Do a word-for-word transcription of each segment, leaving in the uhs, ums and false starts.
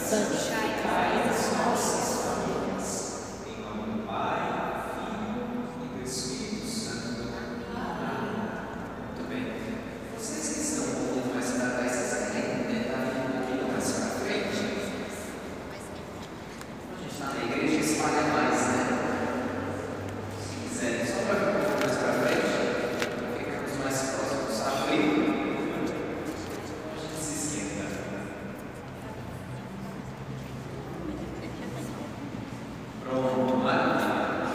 santificai as nossas famílias. Em nome do Pai, Filho e do Espírito Santo. Amém. Muito bem. Vocês que estão um pouquinho mais para trás, vocês querem tentar vir um pouquinho mais para frente? A gente está na igreja, espalha mais, né? Se quiserem, só para vir um pouco mais para frente, ficamos mais próximos. Está frio? A gente se esquenta. Pronto, maravilha.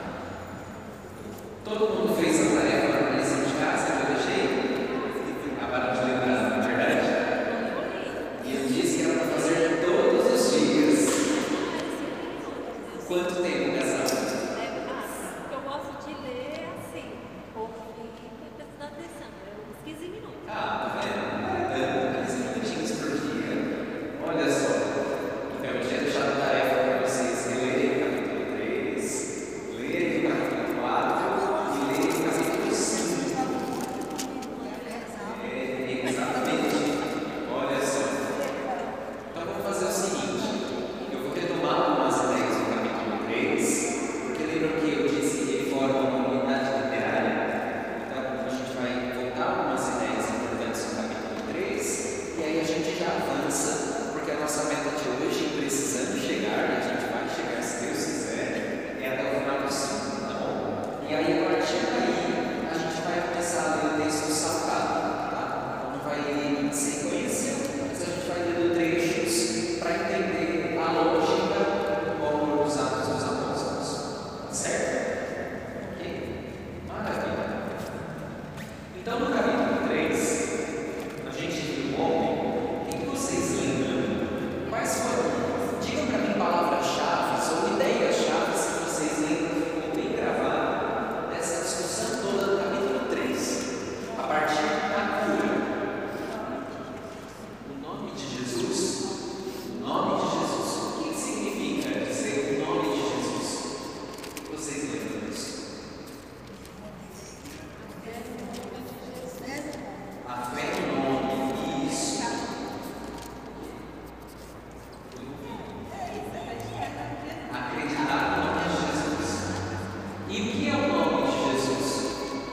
Todo mundo fez a tarefa da lição de casa que eu deixei? Acabaram de lembrar, não é verdade? E eu disse que era para fazer todos os dias. Quanto tempo, casal? Eu gosto de ler assim, pouquinho, prestando atenção, uns quinze minutos. Ah, tá vendo? quinze minutinhos por dia. Olha só. Então, eu tinha deixado a tarefa para vocês lerem o capítulo três, lerem o capítulo quatro e lerem o capítulo cinco. É, exatamente. Olha só. Então, vamos fazer o seguinte. Eu vou retomar algumas ideias do capítulo três, porque lembram que eu disse que ele forma uma unidade literária? Então, a gente vai voltar algumas ideias importantes do capítulo três e aí a gente já avança, porque a nossa meta de hoje, precisando chegar, e a gente vai chegar se Deus quiser, é até o final do cinco, tá bom? E aí, a partir daí, a gente vai começar a ler o texto saltado, tá? Então, não vai ler em sequência, mas a gente vai lendo trechos para entender a lógica do autor dos Atos dos Apóstolos, certo? Ok? Maravilha. Então, no capítulo três, a gente viu o homem. O que vocês lembram? Quais foram? Digam para mim palavras-chave ou ideias-chave que vocês lembram que ficou bem gravado nessa discussão toda do capítulo três, a partir da cura. O nome de Jesus. O nome de Jesus. O que significa dizer o nome de Jesus? Vocês lembram disso? A fé no nome. Isso. Acreditar no nome de Jesus. E o que é o nome de Jesus?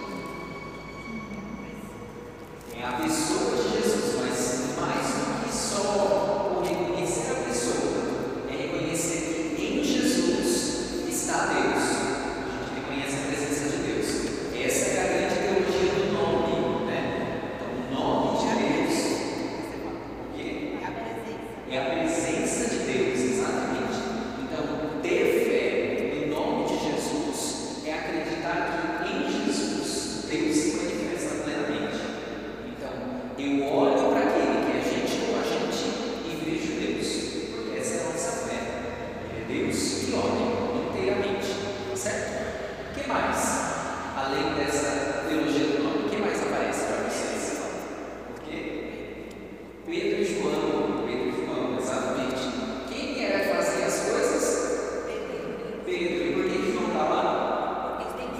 É a pessoa de Jesus, mas mais do que só o reconhecer a pessoa, é reconhecer que em Jesus está Deus. A gente reconhece a presença de Deus. Essa é a grande teologia do nome, né? Então, o nome de Deus, o quê? É a presença de Deus, exatamente. Então, ter fé no nome de Jesus é acreditar que em Jesus Deus se manifesta plenamente. Então, eu olho para aquele que é gente como a gente e vejo Deus, porque essa é a nossa fé. É Deus que olha inteiramente, certo? O que mais? Além dessa teologia do nome, o que mais aparece para vocês? O quê? Pedro e João. Pedro e João, exatamente. Quem era que fazia as coisas? Pedro. E por que João está lá?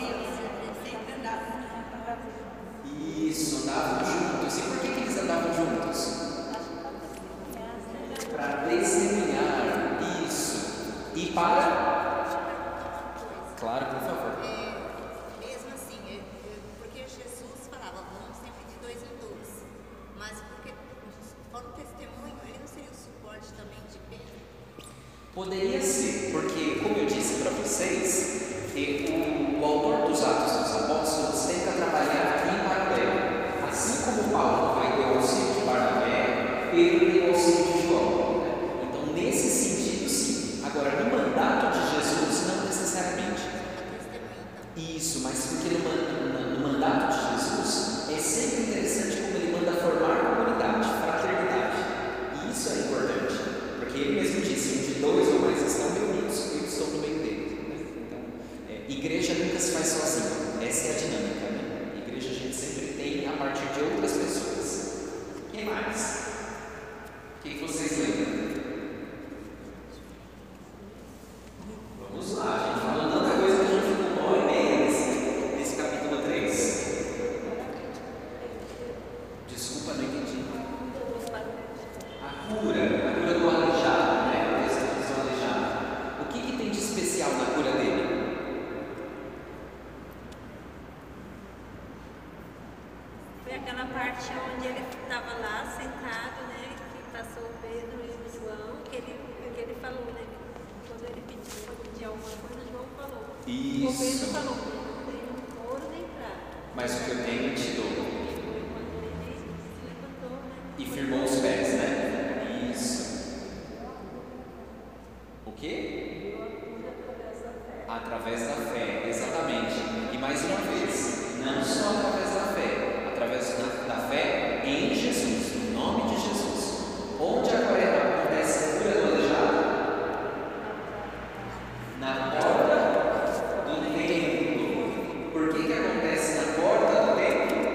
Isso, andavam juntos. E por que, que eles andavam juntos? Para testemunhar. Isso. E para? Claro, por favor. Mesmo assim, eu- eu- porque Jesus falava, vamos sempre de dois em dois, mas porque for um testemunho, ele não seria o suporte também de Pedro? Poderia ser, porque, como eu disse para vocês, que o, o autor dos Atos dos Apóstolos tenta trabalhar em paralelo. Assim como Paulo vai ter o auxílio de Barnabé, Pedro tem o auxílio de João. Né? Então, nesse sentido, sim. Agora, no mandato de Jesus, não necessariamente. Isso, mas porque no, man- no mandato de Jesus, é sempre interessante como ele manda formar comunidade, fraternidade. E isso é importante, porque ele mesmo disse: onde dois ou mais estão reunidos, eu estou no meio deles. Né? Então, é, igreja nunca se faz sozinha, essa é a dinâmica. Né? Igreja a gente sempre tem a partir de outras pessoas. Quem mais? O que vocês lembram? Vamos lá, a gente falou tanta coisa que a gente ficou uma hora e meia nesse O governo Isso. falou que ele não tem ouro nem prata. Mas o que eu tenho eu te dou. Foi quando ele se levantou, né? E firmou os pés, né? Isso. O quê? Através da fé, exatamente. E mais uma vez, não só através da fé, através da, da fé em Jesus, no nome de Jesus. Onde agora acontece a cura do aleijado? Na porta do templo. Por que que acontece na porta do templo?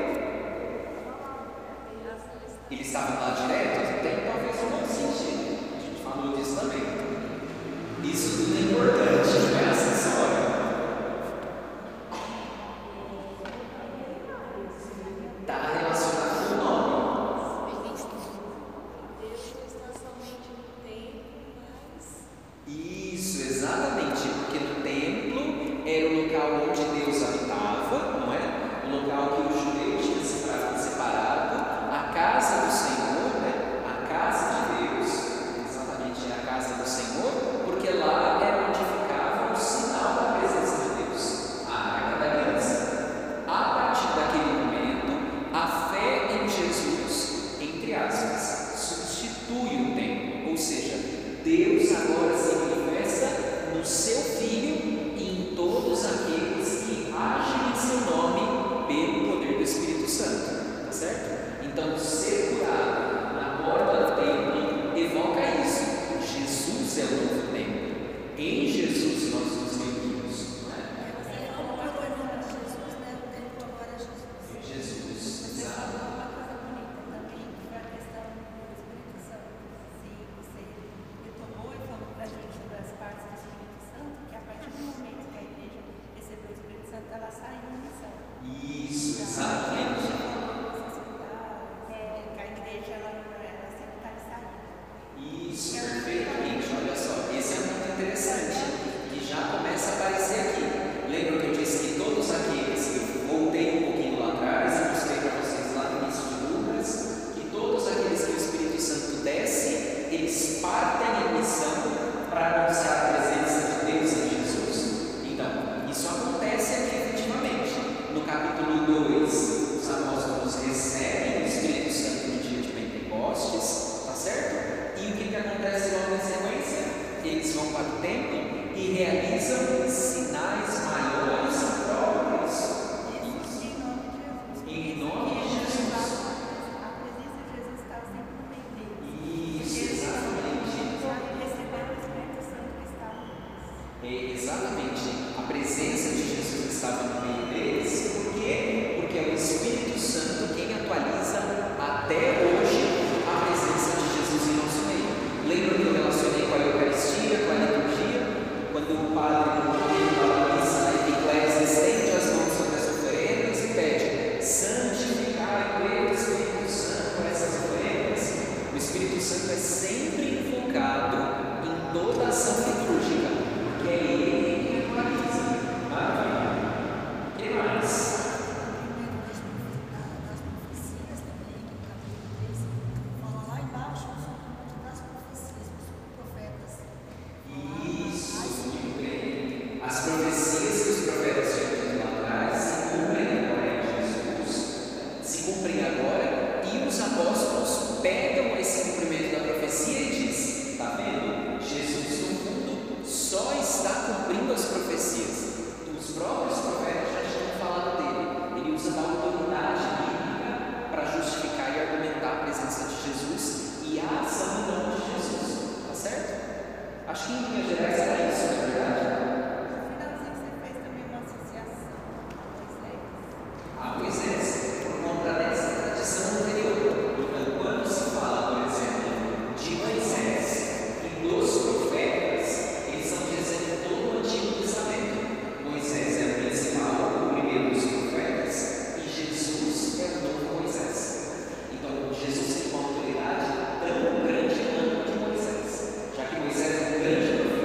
Eles estavam lá direto? Tem talvez um outro sentido. A gente falou disso também. Isso tudo é importante, não é acessório. Está relacionado com o nome. Deus está somente no templo, mas Isso, exatamente. Porque no templo era o local onde Deus habitava, não é? O local que os judeus tinham separado. A casa do Senhor, né? A casa de Deus, exatamente é a casa do Senhor, porque lá era onde ficava o sinal da presença de Deus, a Arca da Aliança. A partir daquele momento, a fé em Jesus, entre aspas, substitui o templo, ou seja, Deus agora se manifesta no seu Filho e em todos aqueles que agem em seu nome pelo poder do Espírito Santo, tá certo? Então, ser curado na porta do templo evoca isso. Jesus é o novo templo. Em Jesus nós nos reunimos, não é? Você falou uma coisa de Jesus, né? O templo agora é Jesus. Em Jesus, Você exato. falou uma coisa bonita também, que foi a questão do Espírito Santo. Se você retomou e falou para a gente sobre as partes do Espírito Santo, que a partir do momento que a igreja recebeu o Espírito Santo, ela sai em missão. Isso, exatamente. Que a igreja ela, ela sempre está de saída. Isso, perfeitamente. Olha só, esse é um ponto interessante que já começa a aparecer aqui. Lembra que eu disse que todos aqueles, eu voltei um pouquinho lá atrás e mostrei para vocês lá no início de Lucas, que todos aqueles que o Espírito Santo desce, eles partem em missão para anunciar a presença de Deus em Jesus. Então, isso acontece aqui efetivamente. No capítulo dois, os apóstolos recebem o Espírito Santo no dia de Pentecostes, tá certo? E o que, que acontece logo em sequência? Eles vão para o templo e realizam sinais maiores e próprios. Isso, Em em nome de Jesus. nome de Jesus. A presença de Jesus estava sempre no meio deles. Isso, exatamente. Já receberam o Espírito Santo que estava neles. É, exatamente. A presença de Jesus estava no meio deles. Por quê? Porque é o Espírito Santo quem atualiza até hoje a presença de Jesus em nosso meio. Lembra que eu relacionei com a Eucaristia, com a liturgia? Quando o padre no meio da missa na Eclésia estende as mãos sobre as oferendas e pede: santificai pelo Espírito Santo essas oferendas. O Espírito Santo é sempre invocado em toda a ação litúrgica, porque é Ele quem atualiza. Maravilha. O que mais? Das profecias também, que no capítulo três fala lá embaixo sobre das profecias dos profetas. Isso, muito bem. As profecias que os profetas tinham dito lá atrás se cumprem agora em Jesus, se cumprem agora, e os apóstolos pegam esse cumprimento da profecia e diz: está vendo? Jesus, no fundo, só está cumprindo as profecias. Os próprios profetas já tinham falado dele. Ele usa da autoridade bíblica para justificar e argumentar a presença de Jesus e a ação em nome de Jesus. Tá certo? Acho que em linhas gerais era isso, não é verdade? No finalzinho você fez também uma associação a Moisés. A Moisés, por conta dessa tradição anterior. Então, quando se fala, por exemplo, de Moisés e dos profetas, eles estão dizendo todo o Antigo Testamento. Moisés é o principal, o primeiro dos profetas, e Jesus é o novo Moisés. Então, Jesus tem uma autoridade tão grande quanto a de Moisés, já que Moisés é um grande profeta.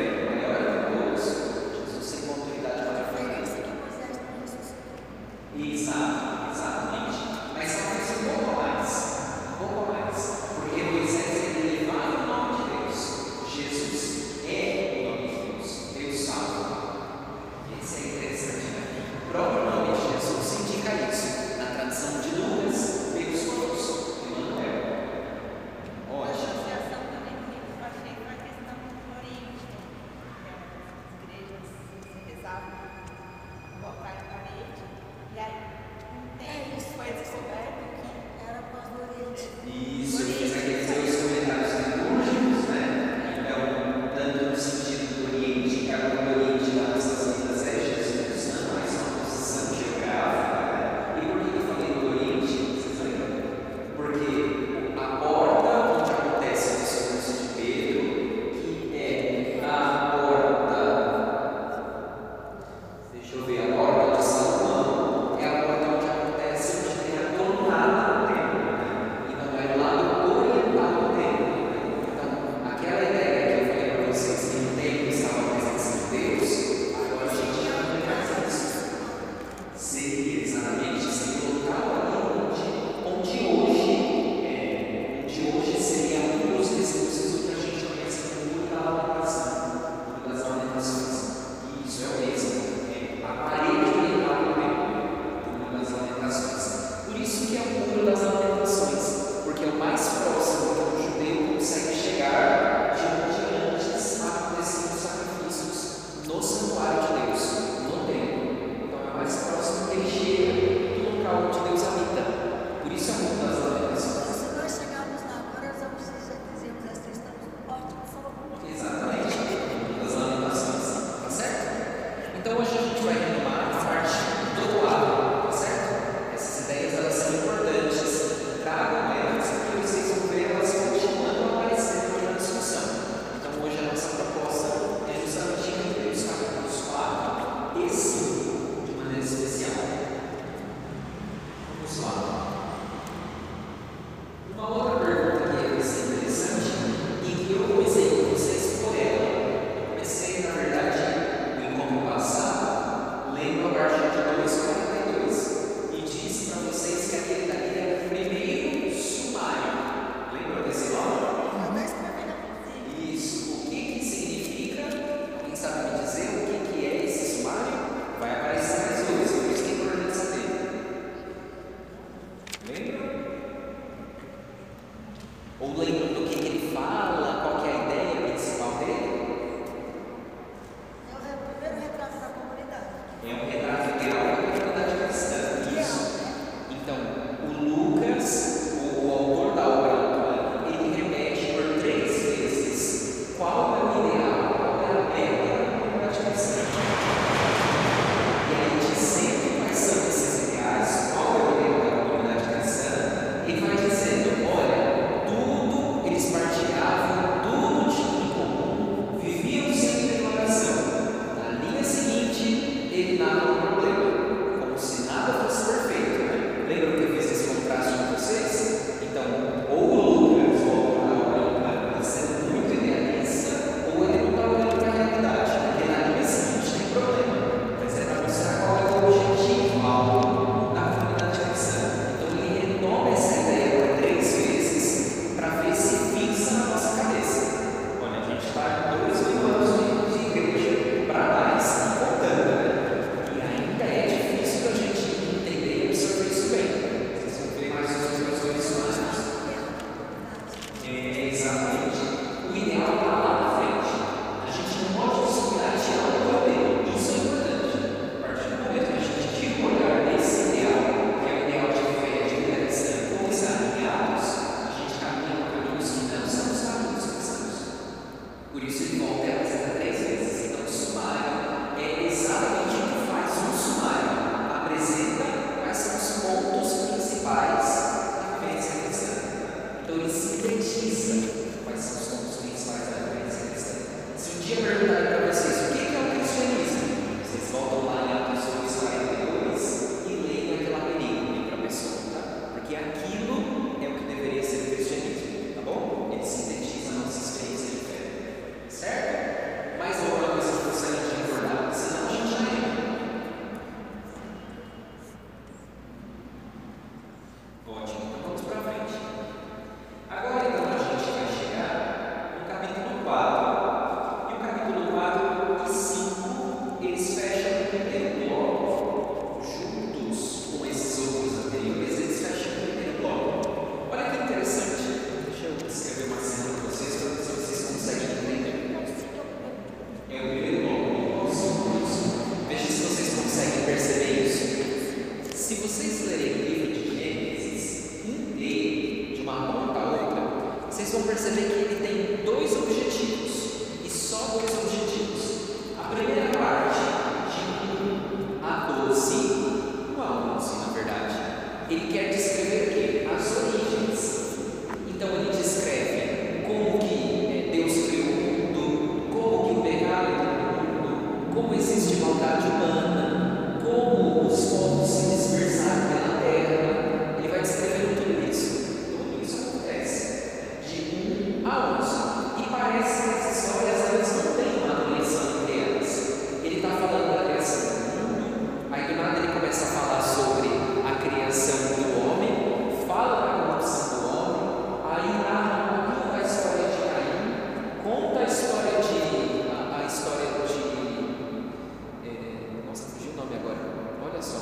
que ele tem dois objetivos, e só dois objetivos. A primeira parte, de um a doze, um a onze na verdade, ele quer descrever o quê? As origens. Então ele descreve como que Deus criou o mundo, como que o pecado entrou no mundo, como existe maldade humana, como os povos se dispersaram pela terra. Ele vai descrevendo tudo isso. Tudo isso acontece de um a onze. E parece que as histórias elas não têm uma conexão entre elas. Ele está falando da criação do mundo, aí do nada ele começa a falar sobre a criação do homem, fala da corrupção do homem, aí narra um pouquinho da história de Caim, conta a história de. a, a história de. É, nossa, fugiu o nome agora. Olha só.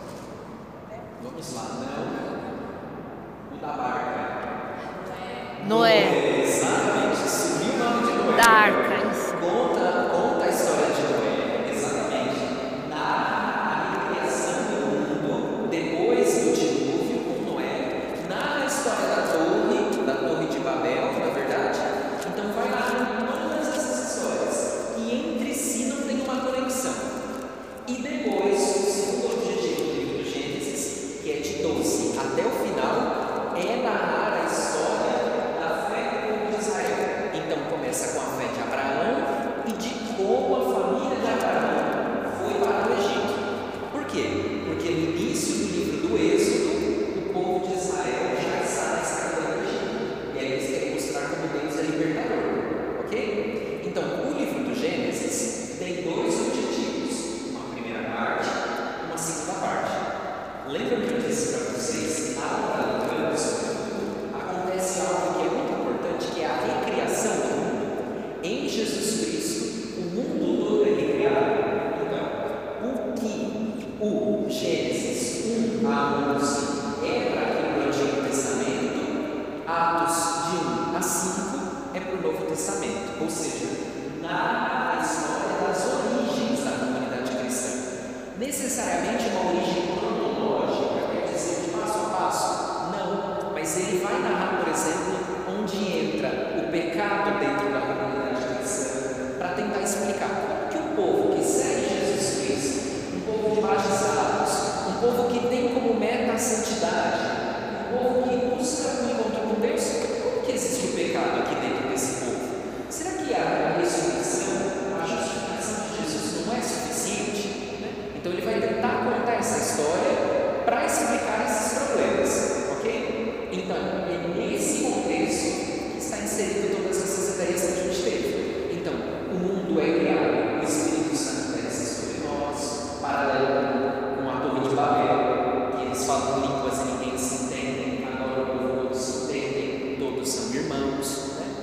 Vamos lá, não. O da barca. Noé. Exatamente, subiu o nome de Noé. Da arca, isso. Conta, conta a história de Noé, exatamente. Narra a criação do mundo depois do dilúvio com Noé. Narra a história da torre, da torre de Babel, na verdade. Então vai narrando todas essas histórias que entre si não tem uma conexão. E depois, o segundo objetivo do livro do Gênesis, que é de doze até o final, é narrar a história da fé do povo de Israel. Então começa com a fé de Abraão e de como a família de Abraão foi para o Egito. Por quê? Porque no início do livro do Êxodo, o povo de Israel já está na escravidão do Egito. E aí eles querem mostrar como Deus é libertador. Ok? Então, o livro do Gênesis tem dois objetivos: uma primeira parte e uma segunda parte. Lembra que eu disse para vocês, na aula da leitura sobre o mundo, acontece algo que é muito importante, que é a recriação do mundo. Em Jesus Cristo, o mundo todo é recriado. Então, o que o Gênesis um a onze é para aquilo do Antigo Testamento, Atos de um a cinco é para o Novo Testamento. Ou seja, narra a história das origens da comunidade cristã. Necessariamente uma origem cronológica, quer dizer, de passo a passo? Não, mas ele vai narrar, por exemplo, onde entra o pecado dentro da comunidade cristã, para tentar explicar que o povo que segue Jesus Cristo, um povo de magistrados, um povo que tem como meta a santidade, um povo que busca o encontro com Deus, como que existe o pecado aqui dentro desse povo? Será que a ressurreição, a justificação de Jesus não é suficiente? Né? Então ele vai tentar contar essa história para explicar esses problemas, ok? Então, é nesse contexto que está inserido todas essas ideias que a gente teve. Então, o mundo é criado, o Espírito Santo desce sobre nós, paralelo com a Torre de Babel, que eles falam línguas e ninguém se entende, agora o povo todos se entendem, todos são irmãos. Né?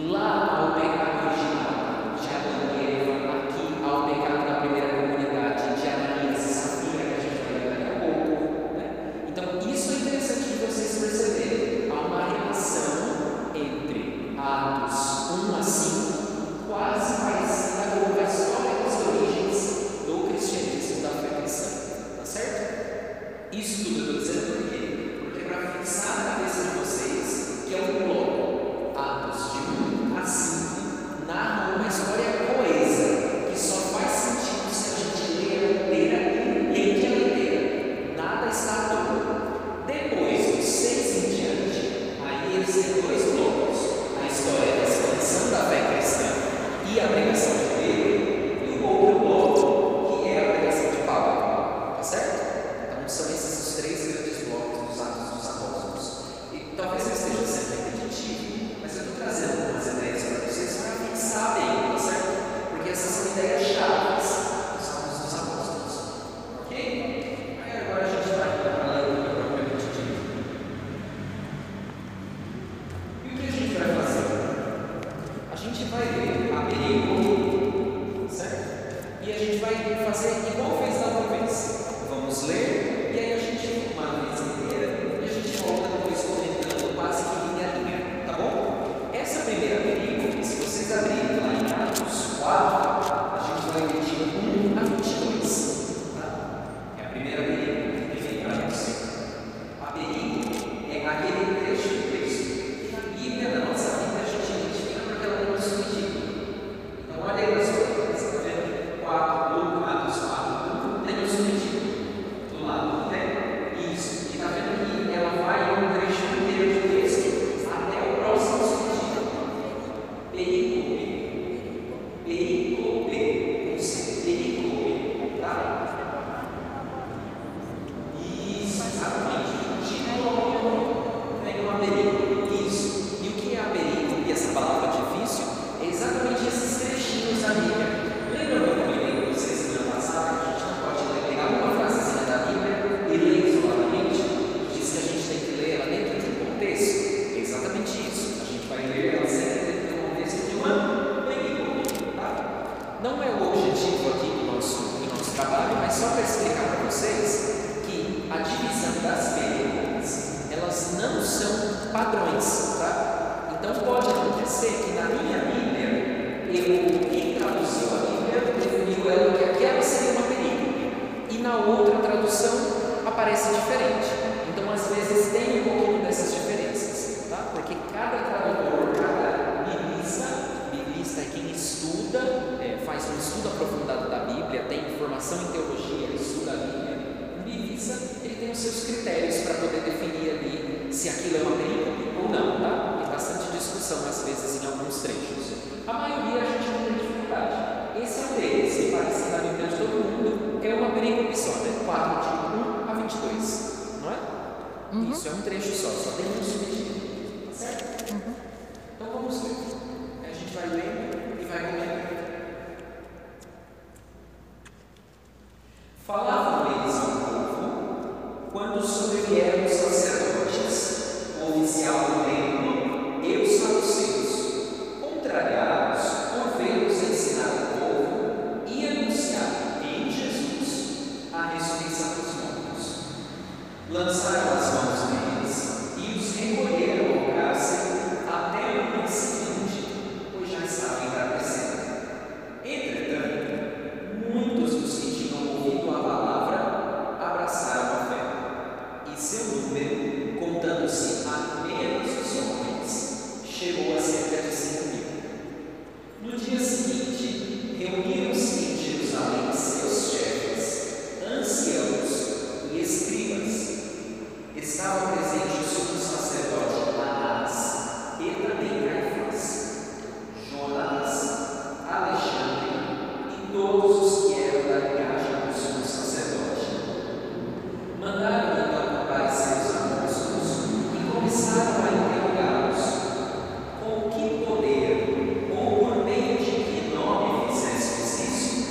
Lá ao pecado original de Adão e Eva, aqui ao pecado da primeira comunidade de Ananias e Safira, que a gente vai ver daqui a pouco. Né? Então, isso é interessante de vocês perceberem. Há uma relação entre Atos um a cinco, quase parecida com a história das origens do cristianismo, da fé cristã. Tá certo? Isso tudo eu estou dizendo por quê? Porque é para fixar na cabeça de vocês que é um bloco. Atos de um a cinco narra uma história coesa, que só faz sentido se a gente lê ela inteira e entende ela inteira. Nada está à toa. Depois dos seis em diante, aí eles têm dois blocos: a história da expansão da fé cristã e a pregação de Pedro, e o outro bloco, que é a pregação de Paulo. Tá certo? Então são esses os três grandes blocos dos Atos dos Apóstolos. E talvez eu esteja sendo repetitivo, mas eu estou trazendo algumas ideias para vocês para fixar bem, tá certo? Porque essas são ideias chaves dos Atos dos Apóstolos. Ok? Aí agora a gente vai para a leitura propriamente dita. E o que a gente vai fazer? A gente vai ler a película, certo? E a gente vai fazer igual fez da outra vez. Vamos ler, e aí a gente uma vez inteira, e a gente volta depois comentando quase que linha a linha, tá bom? Essa primeira película, se vocês abrirem lá em Atos quatro, a gente vai ler de um a vinte e dois. Tá? É a primeira película que vem para nós. A película é aquele trecho do texto que na Bíblia, na nossa Bíblia, a gente Pericope. Pericope. Não sei. Pericope. Tá? Isso, exatamente. Tipo, pega uma perícope. Isso. E o que é a perícope? Essa palavra difícil? É exatamente esses trechinhos da Bíblia. Lembra que eu comentei com vocês semana passada que a gente não pode pegar uma frasezinha da Bíblia e ler isoladamente? Diz que a gente tem que ler ela dentro de um contexto? É exatamente isso. A gente vai ler ela sempre dentro do contexto de uma perícope. Tá? Não é o objetivo aqui do nosso, do nosso trabalho, mas só para explicar para vocês que a divisão das perícopes, elas não são padrões. Tá? Então pode acontecer que na minha Bíblia, eu, quem traduziu a Bíblia definiu ela que aquela seria uma perícope, e na outra tradução aparece diferente. Então, às vezes, tem um pouquinho dessas diferenças, tá? Porque cada tradutor, cada biblista, biblista é quem estuda, é, faz um estudo aprofundado da Bíblia, tem formação em teologia, estuda a Bíblia. Um biblista, ele tem os seus critérios para poder definir ali se aquilo é uma perícope ou não, tá? Tem bastante discussão, às vezes, em alguns trechos. A maioria a gente não tem dificuldade. Esse é um deles, que parece na Bíblia de todo mundo, é uma perícope só, né? quatro, de um a vinte e dois, não é? Uhum. Isso é um trecho só, só tem um subtítulo, certo? Uhum. Então vamos ver. A gente vai lendo e vai comentando. Falavam eles ao povo quando sobrevieram os sacerdotes, o oficial do templo e os saduceus, contrariados por vê-los ensinar o povo e anunciar em Jesus a ressurreição dos mortos. Lançaram as mãos neles e os recolheram ao cárcere até o dia seguinte, pois já estava entardecer. Entretanto, muitos dos que tinham ouvido a palavra abraçaram a fé, e seu número, contando-se apenas os homens, chegou a cerca de cinco mil. No dia seguinte, reuniram-se em Jerusalém seus chefes, anciãos e escribas. Estava presente o sumo sacerdote Anás e também Caifás, Jonas, Alexandre e todos os que eram da linhagem do sumo sacerdote. Mandaram então comparecer os apóstolos e começaram a interrogá-los: com que poder ou por meio de que nome fizestes isso?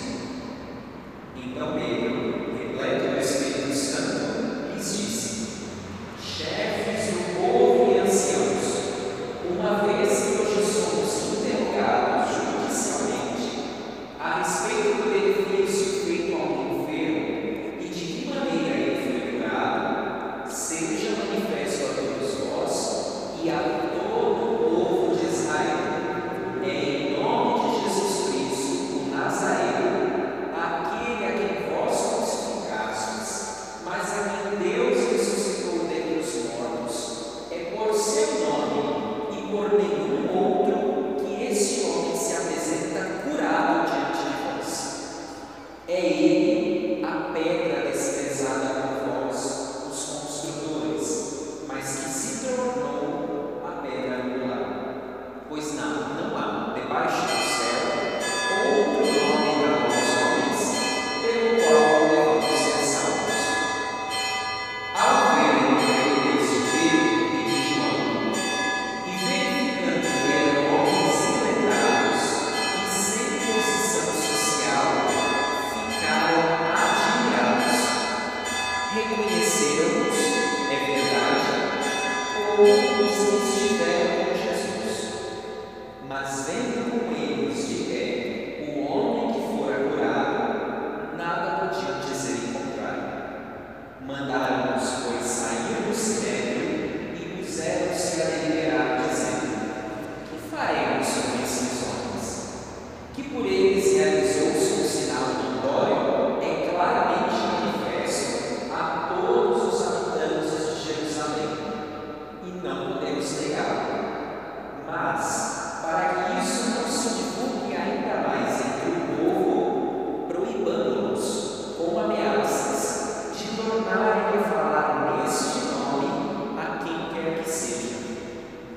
Então Pedro, repleto do Espírito Santo, lhes disse: chefes do povo e anciãos, uma vez que hoje somos interrogados judicialmente a respeito do benefício feito ao enfermo e de que maneira ele foi curado, seja manifesto a todos vós e a todo o povo de Israel, é em nome de Jesus Cristo, o Nazareno, aquele a quem vós crucificastes, mas a quem Deus ressuscitou dentre os mortos, é por seu nome e por nenhum outro que esse homem se apresenta curado diante de vós. É ele a pedra desprezada por vós, os construtores, mas que se tornou a pedra angular. Pois não, não há debaixo do céu outro nome dado aos homens pelo qual podemos ser salvos. Ao verem eles o Pedro e de João, e verificando que eram homens iletrados e sem posição social, ficaram admirados. Reconheceram-nos, é verdade, como os que estiveram com Jesus. Mas vendo com eles de pé o homem que fora curado, nada podiam dizer em contrário. Mandaram-nos, pois, sair do sinédrio e puseram-se a deliberar, dizendo: que faremos com esses homens? Que por eles realizou-se um sinal notório, é claramente manifesto a todos os habitantes de Jerusalém, e não podemos negá-lo. Mas, para que isso não se divulgue ainda mais entre o povo, proibamos-nos, com ameaças, de tornarem a falar neste nome a quem quer que seja.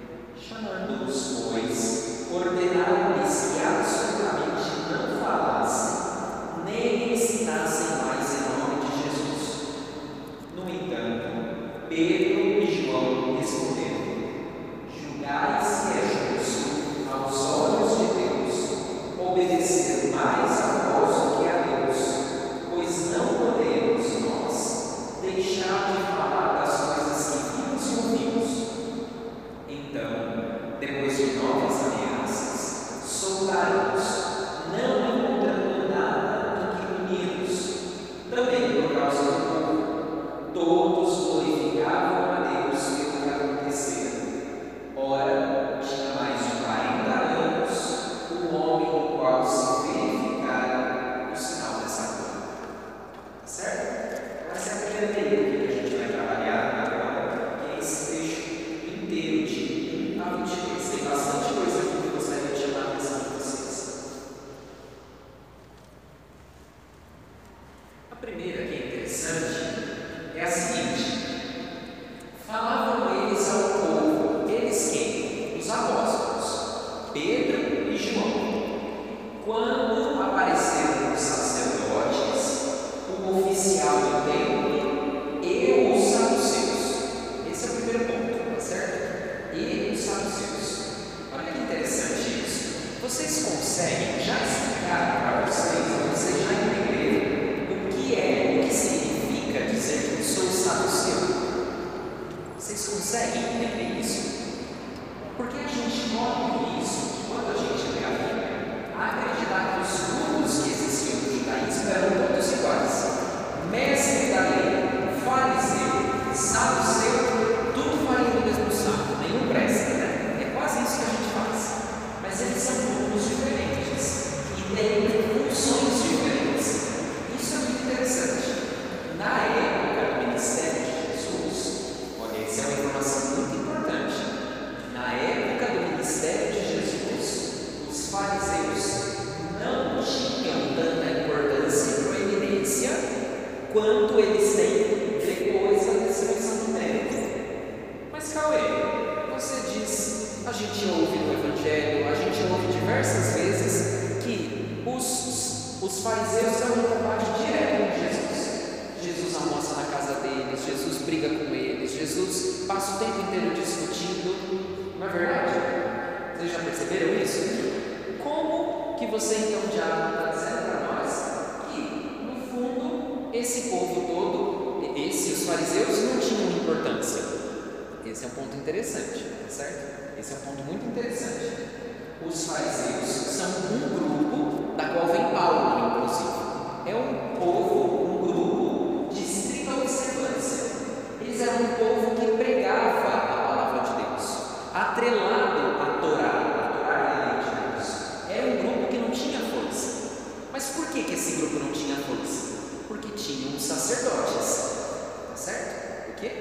lugares, não encontrando nada do que unir-nos. Também por causa do povo, todos glorificavam a Deus pelo que acontecera. Ora, tinha mais de quarenta anos o homem no qual se verificara o sinal dessa cor. Certo? Essa é a primeira período que a gente vai trabalhar agora, que é esse trecho inteiro de um a vinte e três. Tem bastante coisa aqui que eu gostaria de chamar a atenção de vocês. A primeira, que é interessante, é a seguinte: falavam eles ao povo, eles quem? Os apóstolos, Pedro e João. Quando apareceram os sacerdotes, o oficial do templo e os saduceus. Esse é o primeiro ponto, tá certo? E os saduceus. Olha que interessante isso. Vocês conseguem já explicar para vocês, vocês já entenderam o que é, o que significa dizer que eu sou saduceu? Vocês conseguem entender isso? Porque a gente nota isso quando a gente lê a Bíblia, a acreditar que os grupos que existiam no judaísmo eram todos iguais. Mestre da lei, fariseu, saduceu, tudo faria no mesmo saco, nenhum presta, né? É quase isso que a gente faz. Mas eles são grupos diferentes e têm funções diferentes. Isso é muito interessante. Na época do ministério de Jesus, olha, essa é uma informação muito importante. Na época do ministério de Jesus, os fariseus não tinham tanta importância e proeminência quanto eles têm depois da destruição do templo. Mas Cauê, você diz, a gente ouve no Evangelho, a gente ouve diversas vezes que os, os fariseus são em combate direto com Jesus. Jesus almoça na casa deles, Jesus briga com eles, Jesus passa o tempo inteiro discutindo. Não é verdade? Vocês já perceberam isso? Como que você então já está dizendo para nós que, no fundo, esse povo todo, esse os fariseus não tinham importância? Esse é um ponto interessante, tá certo? Esse é um ponto muito interessante. Os fariseus são um grupo da qual vem Paulo, inclusive. É um povo, um grupo de estrita observância. Eles eram um povo que pregava a palavra de Deus, atrelado à Torá, a Torá e a lei de Deus. Era um grupo que não tinha força. Mas por que, que esse grupo não tinha força? Porque tinham os sacerdotes, tá certo? Por quê?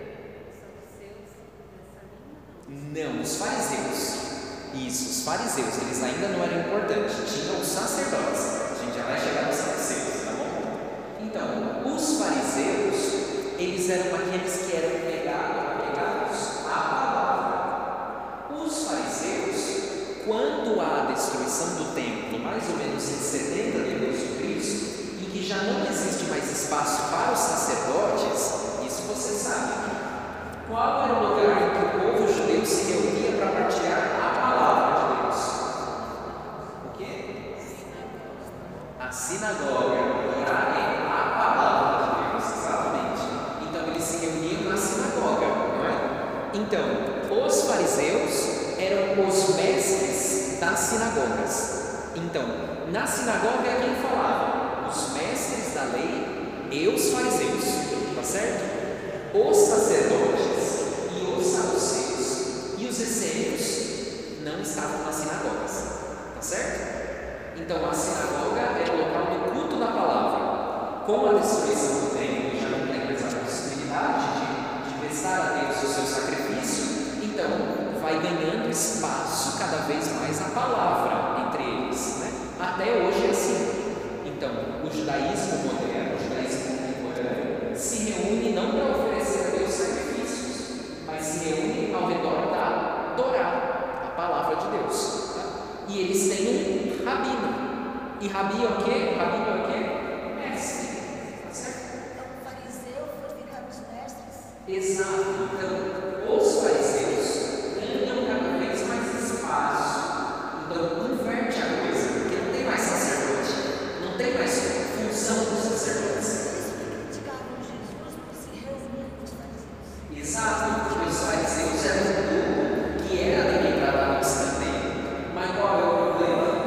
Não, os fariseus. Isso, os fariseus, eles ainda não eram importantes, tinham os sacerdotes. A gente já vai chegar nos saduceus, tá bom? Então, os fariseus, eles eram aqueles que eram apegados à palavra. Os fariseus, quando há a destruição do templo, mais ou menos em setenta depois de Cristo, em que já não existe mais espaço para os sacerdotes, isso você sabe. Qual era o lugar em que o povo judeu se reunia para partilhar a palavra de Deus? O quê? A sinagoga. E a palavra de Deus, exatamente. Então eles se reuniam na sinagoga, não é? Então, os fariseus eram os mestres das sinagogas. Então, na sinagoga é quem falava? Os mestres da lei e os fariseus, tá certo? Os sacerdotes e os saduceus e os essênios não estavam nas sinagogas, tá certo? Então a sinagoga era o local do culto da palavra. Com a destruição do templo, já não tem mais a possibilidade de, de prestar a Deus o seu sacrifício, então vai ganhando espaço cada vez mais a palavra entre eles, né? Até hoje é assim. Então o judaísmo moderno, o judaísmo contemporâneo se reúne não para oferecer a Deus sacrifícios, mas se reúne ao redor da Torá, a palavra de Deus, tá? E eles têm um rabino. E rabi é o quê? Rabino é o quê? Mestre, tá certo? Então, o fariseu foi ficar os mestres. Exato. Então, os fariseus ganham cada vez mais espaço. Então, inverte a coisa, porque não tem mais sacerdote, não tem mais função dos sacerdotes. Exato, porque os fariseus eram um grupo que era também tratado de escanteio. Mas qual é o problema?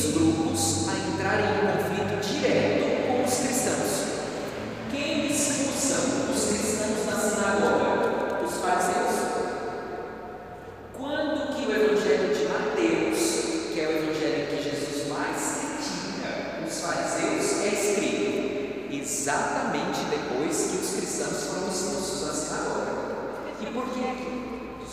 primeiros grupos a entrarem em conflito direto com os cristãos. Quem expulsam os cristãos da sinagoga? Os fariseus. Quando que o Evangelho de Mateus, que é o Evangelho que Jesus mais critica os fariseus, é escrito? Exatamente depois que os cristãos foram expulsos da sinagoga. E por quê?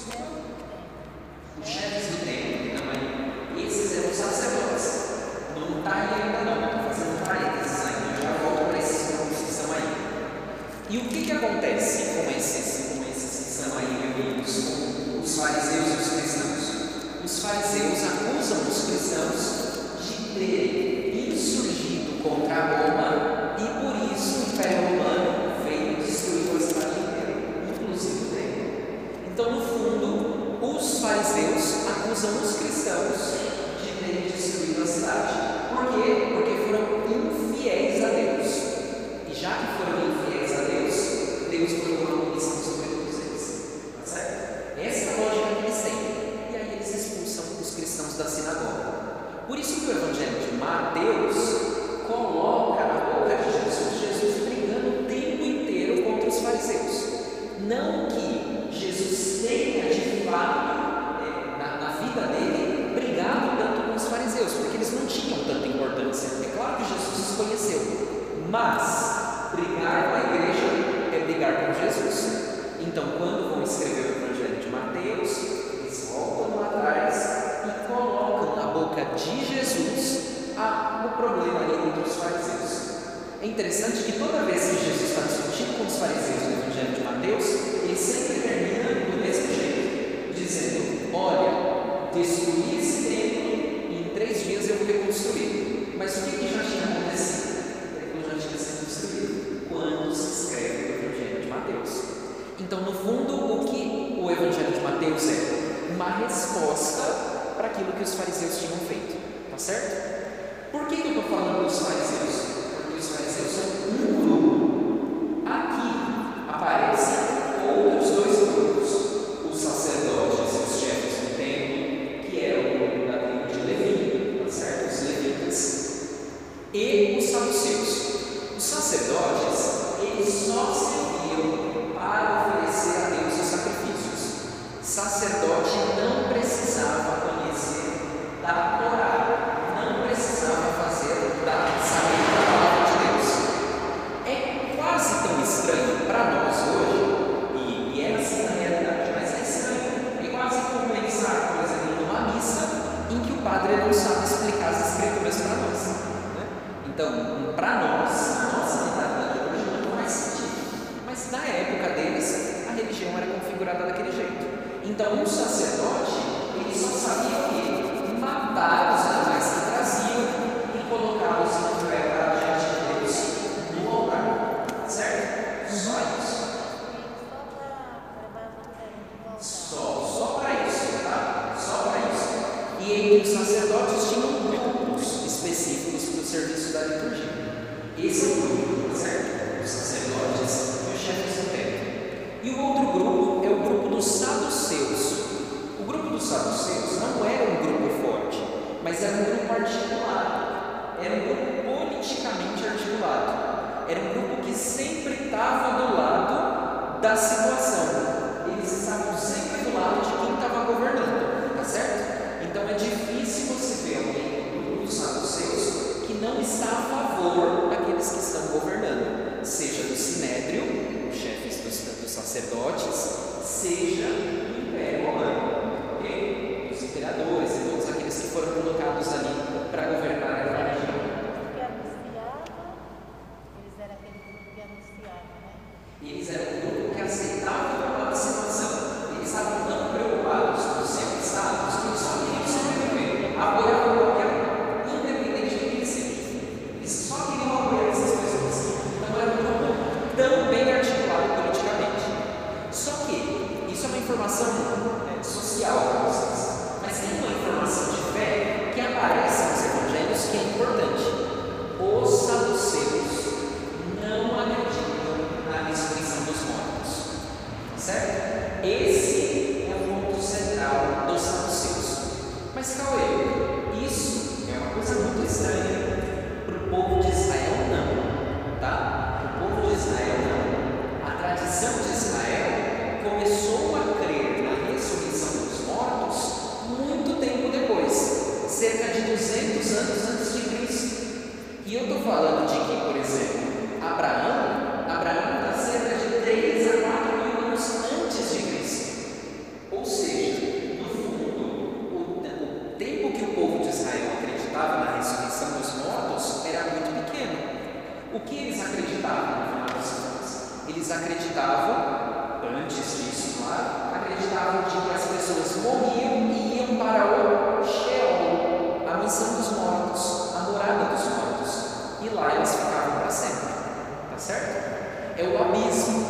Os chefes do templo, também, esses eram os sacerdotes. Não está aí ainda não, estou fazendo parênteses ainda, eu já volto para esses grupos que estão aí. E o que, que acontece com esses, com esses que estão aí reunidos, com os fariseus e os cristãos? Os fariseus acusam os cristãos de terem insurgido contra Roma e por isso o Império Romano veio destruir a cidade inteira, inclusive o templo. Então, no fundo, os fariseus acusam os cristãos de terem destruído a cidade. Por quê? Porque foram infiéis a Deus. E já que foram infiéis a Deus, Deus colocou uma punição sobre todos eles. Tá certo? Essa é a lógica que eles têm. E aí eles expulsam os cristãos da sinagoga. Por isso que o Evangelho de Mateus coloca na boca de Jesus, Jesus brigando o tempo inteiro contra os fariseus. Não que Jesus tenha de fato, é, na, na vida dele, brigado tanto com os fariseus, porque eles não tinham tanta importância. É claro que Jesus os conheceu, mas brigar com a igreja é brigar com Jesus. Então, quando vão escrever o Evangelho de Mateus, eles voltam lá atrás e colocam na boca de Jesus a, o problema ali entre os fariseus. É interessante que toda vez que Jesus está discutindo com os fariseus no Evangelho de Mateus, ele sempre termina do mesmo jeito, dizendo: olha, destruí esse templo e em três dias eu vou reconstruir. Mas o que, que já tinha acontecido? O templo já tinha sido destruído quando se escreve o Evangelho de Mateus. Então, no fundo, o que o Evangelho de Mateus é? Uma resposta para aquilo que os fariseus tinham feito. Tá certo? Por que, que eu estou falando dos fariseus? Os fariseus são um grupo. Aqui aparecem outros dois grupos: os sacerdotes e os chefes do templo, que eram o grupo da tribo de Levi, tá certo? Os levitas, e os saduceus. Os sacerdotes, eles só serviam para oferecer a Deus os sacrifícios. Sacerdote não precisava conhecer da Torá, não precisava fazer da saber da palavra de Deus. É quase tão estranho para nós hoje, e, e é assim na realidade, mas é estranho. É quase como pensar, por exemplo, numa missa em que o padre não sabe explicar as escrituras para nós. Né? Então, para nós, a nossa mentalidade hoje não faz sentido. Mas na época deles, a religião era configurada daquele jeito. Então, um sacerdote, ele só sabia o quê? Matar os animais que traziam e colocá-los no altar diante de Deus no altar. Certo? Só isso. Só, só para isso, tá? Só para isso. E entre os sacerdotes tinham grupos específicos para o serviço da liturgia. Esse é o grupo, certo? Os sacerdotes e os chefes do templo. E o outro grupo é o grupo dos saduceus. O grupo dos saduceus não era um grupo forte, mas era um grupo articulado. Era um grupo politicamente articulado. Era um grupo que sempre estava do lado da situação. Eles estavam sempre do lado de quem estava governando, tá certo? Então é difícil você ver alguém no grupo dos saduceus que não está a favor daqueles que estão governando, seja do Sinédrio, os chefes dos, dos sacerdotes, seja do Império Romano, ok? Os imperadores e todos aqueles que foram colocados ali para governar a região. Eles eram aquele grupo que anunciava, né? Eles eram um grupo que aceitava a situação. Eles estavam tão preocupados com os seus estados que eles só queriam sobreviver, apoiavam qualquer um, independente do que eles sejam. Eles só queriam apoiar essas pessoas. Então era um grupo tão bem articulado politicamente. Só que isso é uma informação é, social para vocês, mas tem uma informação de fé que aparece nos evangelhos que é importante. Os saduceus não acreditam na ressurreição dos mortos, certo? Esse é o ponto central dos saduceus. Mas Cauê, isso é uma coisa duzentos anos antes de Cristo. E eu estou falando de que, por exemplo, Abraão, Abraão está cerca de três a quatro mil anos antes de Cristo. Ou seja, no fundo, o, o tempo que o povo de Israel acreditava na ressurreição dos mortos era muito pequeno. O que eles acreditavam, no final das contas? Eles acreditavam, antes disso, claro, acreditavam de que as pessoas morriam e iam para o Sheol, a mansão dos mortos, a morada dos mortos, e lá eles ficavam para sempre, tá certo? É o abismo.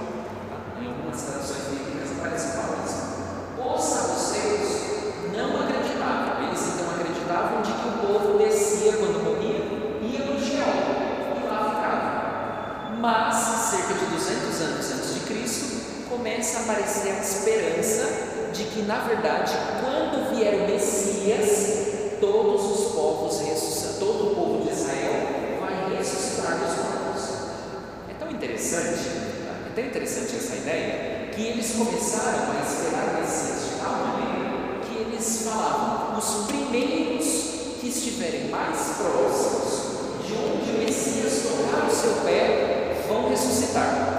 Em algumas traduções bíblicas aparece o abismo. Os saduceus não acreditavam, eles então acreditavam de que o povo descia quando morria, ia para o Sheol e lá ficava. Mas, cerca de duzentos anos antes de Cristo, começa a aparecer a esperança de que, na verdade, quando vier o Messias, todos os povos ressuscitam, todo o povo de Israel vai ressuscitar dos mortos. É tão interessante, é tão interessante essa ideia, que eles começaram a esperar o Messias de tal maneira que eles falavam: os primeiros que estiverem mais próximos de onde o Messias tocar o seu pé vão ressuscitar.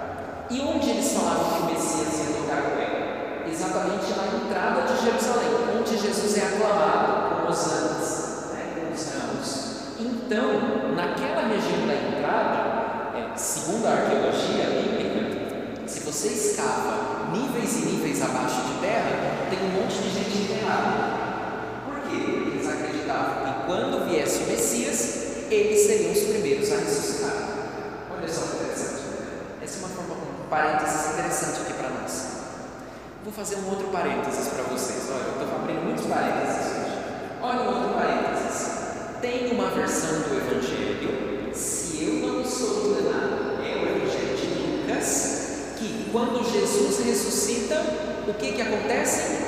E onde eles falavam que o Messias ia tocar o pé? Exatamente na entrada de Jerusalém, onde Jesus é aclamado com hosanas, né, com os ramos. Então, naquela região da entrada, é, segundo a arqueologia bíblica, se você escava níveis e níveis abaixo de terra, tem um monte de gente enterrada. Por quê? Eles acreditavam que quando viesse o Messias, eles seriam os primeiros a ressuscitar. Olha só que interessante. Essa é uma forma, um parênteses interessante aqui para nós. Vou fazer um outro parênteses para vocês. Olha, eu estou abrindo muitos parênteses hoje. Olha um outro parênteses. Tem uma versão do Evangelho, se eu não estou enganado, é o Evangelho de Lucas, que quando Jesus ressuscita, o que que acontece?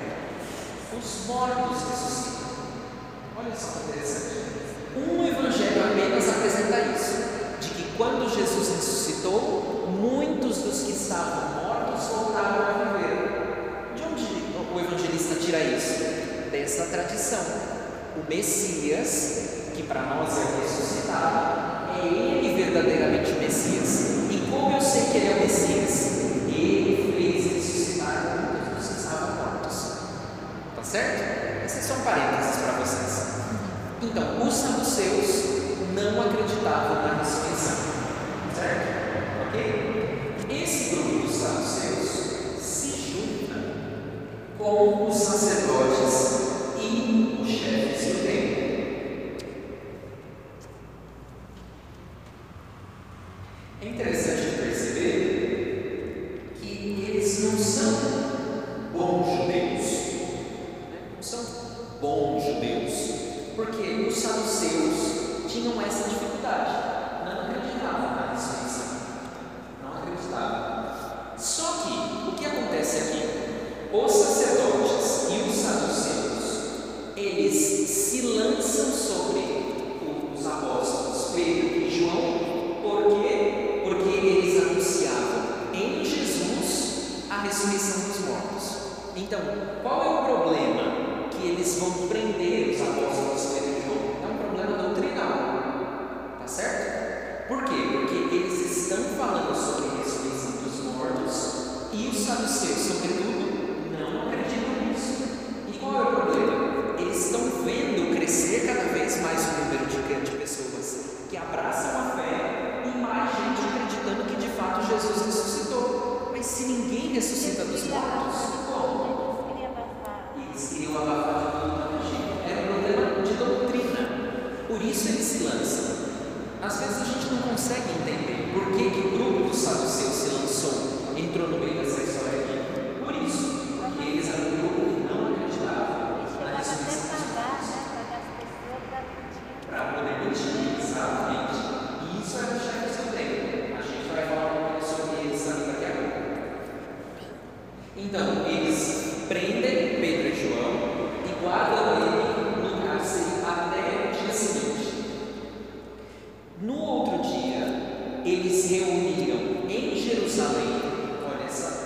Os mortos ressuscitam. Olha só que interessante. Um Evangelho apenas apresenta isso, de que quando Jesus ressuscitou, muitos dos que estavam mortos voltaram a viver. De onde o evangelista tira isso? Dessa tradição. O Messias, que para nós é ressuscitado, é ele verdadeiramente o Messias. E como eu sei que ele é o Messias? Ele fez ressuscitar muitos dos que estavam mortos. Tá certo? Esses são parênteses para vocês. Então, os saduceus não acreditavam na ressurreição. Certo? Ok? Esse grupo dos saduceus se junta com os sacerdotes e os chefes do templo. É interessante perceber que eles não são bons judeus, não são bons judeus, porque os saduceus tinham essa dificuldade, não acreditavam na ressurreição, não acreditavam. Só que o que acontece aqui? Os sacerdotes e os saduceus, eles se lançam sobre os apóstolos Pedro e João. Por quê? Porque eles anunciavam em Jesus a ressurreição dos mortos. Então, qual é o problema? Que eles vão prender os apóstolos Pedro e João. É um problema doutrinal, tá certo? Por quê? Porque eles estão falando sobre a ressurreição dos mortos e os saduceus, sobretudo, não acreditam nisso. E qual é o problema? Eles estão vendo crescer cada vez mais o número de, de pessoas que abraçam a fé e mais gente acreditando que de fato Jesus ressuscitou. Mas se ninguém ressuscita dos mortos, como? Eles queriam abafar de todo mundo. Era um problema de doutrina. Por isso eles se lançam. Às vezes a gente não consegue entender por que, que o grupo dos saduceus se lançou, entrou no meio dessa história aqui. Por isso, porque eles eram um grupo que não acreditava na ressurreição dos mortos. Para poder mentir, exatamente. E isso é o chefe do templo. A gente vai falar um pouco sobre eles daqui a pouco. Então, eles prendem Pedro e João e guardam ele no cárcere até o dia seguinte. No outro dia, eles reuniram em Jerusalém, olha essa,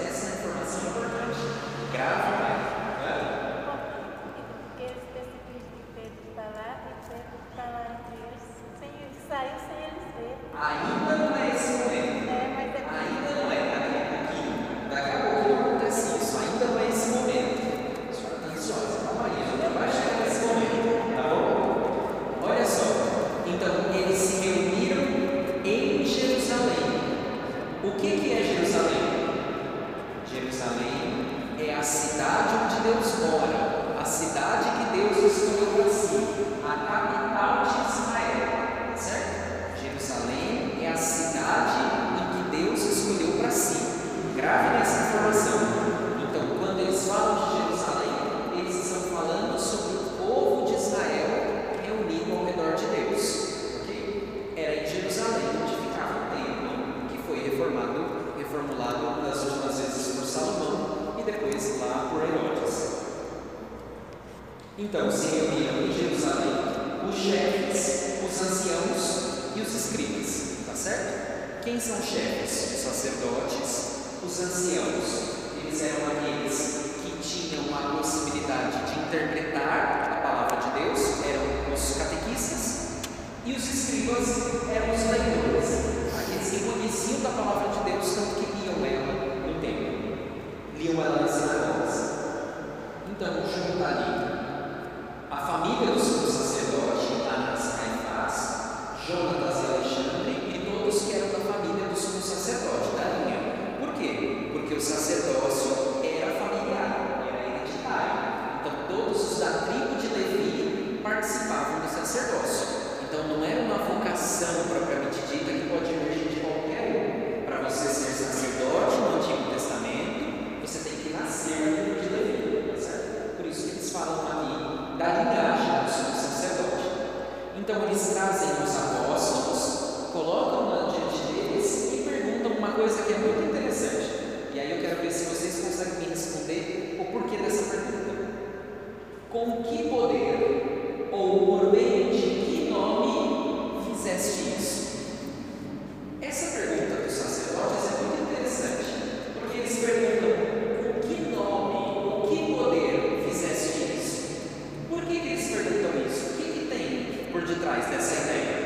escolheu para si a capital de Israel, certo? Jerusalém é a cidade em que Deus escolheu para si. Grave nessa informação. Então, quando eles falam de Jerusalém, eles estão falando sobre o povo de Israel reunido ao redor de Deus. Okay? Era em Jerusalém onde ficava o templo, que foi reformado, reformulado das últimas vezes por Salomão e depois lá por Herodes. Então, se reuniram em Jerusalém os chefes, os anciãos e os escribas, tá certo? Quem são chefes? Os sacerdotes. Os anciãos, eles eram aqueles que tinham a possibilidade de interpretar a palavra de Deus, eram os catequistas. E os escribas eram os leitores, aqueles que conheciam da palavra de Deus, tanto que liam ela no templo, liam ela nas sinagogas. Então, junto ali a família do sumo sacerdote, Anás, Caifás, Jonatas e Alexandre, e todos que eram da família do sumo sacerdote, da linha. Por quê? Porque o sacerdócio era familiar, era hereditário. Então, todos os da tribo de Levi participavam do sacerdócio. Então, não era uma vocação propriamente dita que pode emergir de qualquer um. Para você ser sacerdote no Antigo Testamento, você tem que nascer na tribo de Levi, certo? Por isso que eles falam ali da linhagem do sumo sacerdote. Então, eles trazem os apóstolos, colocam diante deles e perguntam uma coisa que é muito interessante. E aí eu quero ver se vocês conseguem me responder o porquê dessa pergunta. Com que poder ou por meio de que nome fizeste isso? Essa pergunta dos sacerdotes é muito interessante, porque eles perguntam com que nome ou que poder fizeste isso? Por que, que eles perguntam isso? O que, que tem por detrás dessa ideia?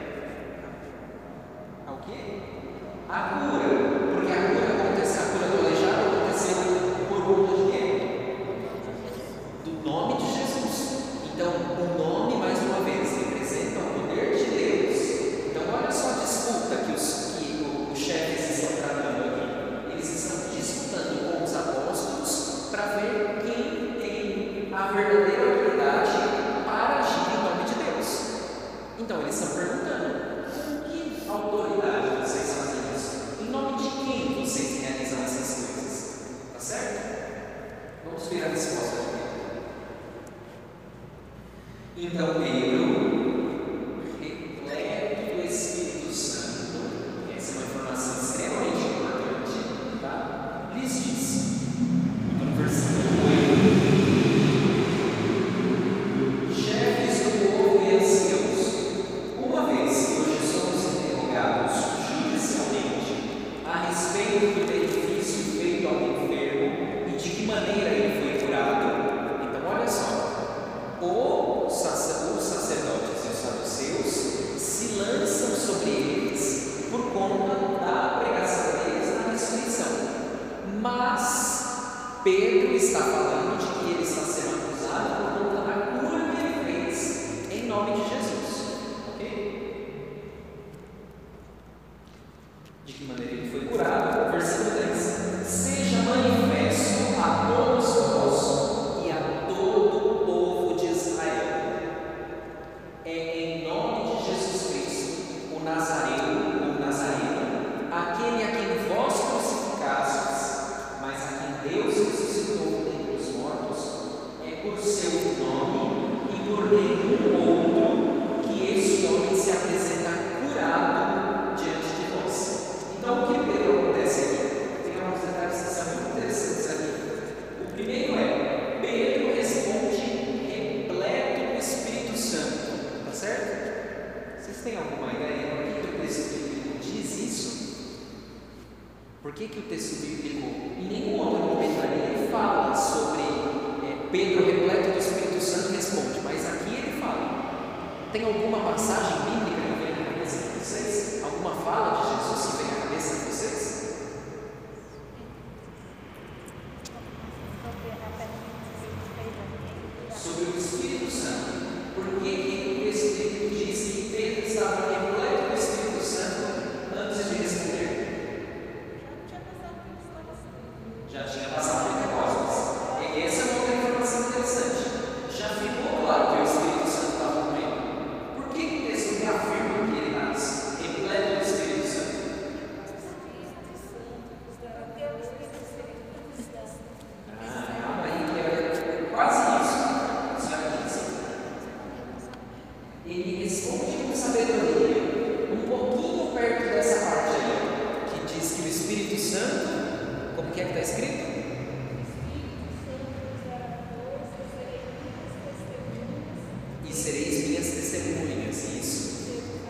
O quê? A cura. Porque a cura aconteceu, a cura do aleijado aconteceu por conta de quem? Do nome de Jesus. Então, o nome, mais uma vez, representa o poder de Deus. Então, olha só a disputa que os, que os chefes estão tratando aqui. Eles estão disputando com os apóstolos para ver quem tem a verdadeira autoridade para agir em nome de Deus. Então, eles estão perguntando: com que autoridade vocês fazem isso? Em nome de quem vocês realizam essas coisas? Tá certo? Vamos ver a resposta de Pedro. Então, Pedro, repleto do Espírito Santo, essa é uma informação extremamente importante, tá? Lhes disse, no versículo oito: chefes do povo e anciãos, uma vez que hoje somos interrogados judicialmente a respeito do benefício feito ao enfermo e de que maneira ele foi curado, então olha só, o sacer, os sacerdotes e os saduceus se lançam sobre eles por conta da pregação deles na ressurreição, mas Pedro está falando de que ele está sendo acusado por conta da cura que ele fez em nome de Jesus, ok? De que maneira ele foi curado? Versículo dez: seja manifesto a todos vós e a todo o povo de Israel. É em nome de Jesus Cristo, o Nazareno, ou Nazareno, aquele a quem vós crucificastes, mas a quem Deus ressuscitou dentre os mortos, é por seu nome e por nenhum outro que este homem se apresenta curado diante de vós. Então, o que Pedro acontece aqui? Tem alguns detalhes que são muito interessantes aqui. O primeiro é: Pedro responde repleto do Espírito Santo, tá certo? Vocês têm alguma ideia por que, que o texto bíblico diz isso? Por que, que o texto bíblico, em nenhum outro momento ali, ele fala sobre é, Pedro repleto do Espírito Santo responde, mas aqui ele fala. Tem alguma passagem bíblica que vem na cabeça de vocês? Alguma fala de Jesus que vem à cabeça de vocês? Sobre o Espírito Santo. Porque o Espírito diz que Pedro estava repleto do Espírito Santo antes de responder? Já tinha passado por Pentecostes. E essa é uma outra informação interessante. Já ficou claro testemunhas, isso.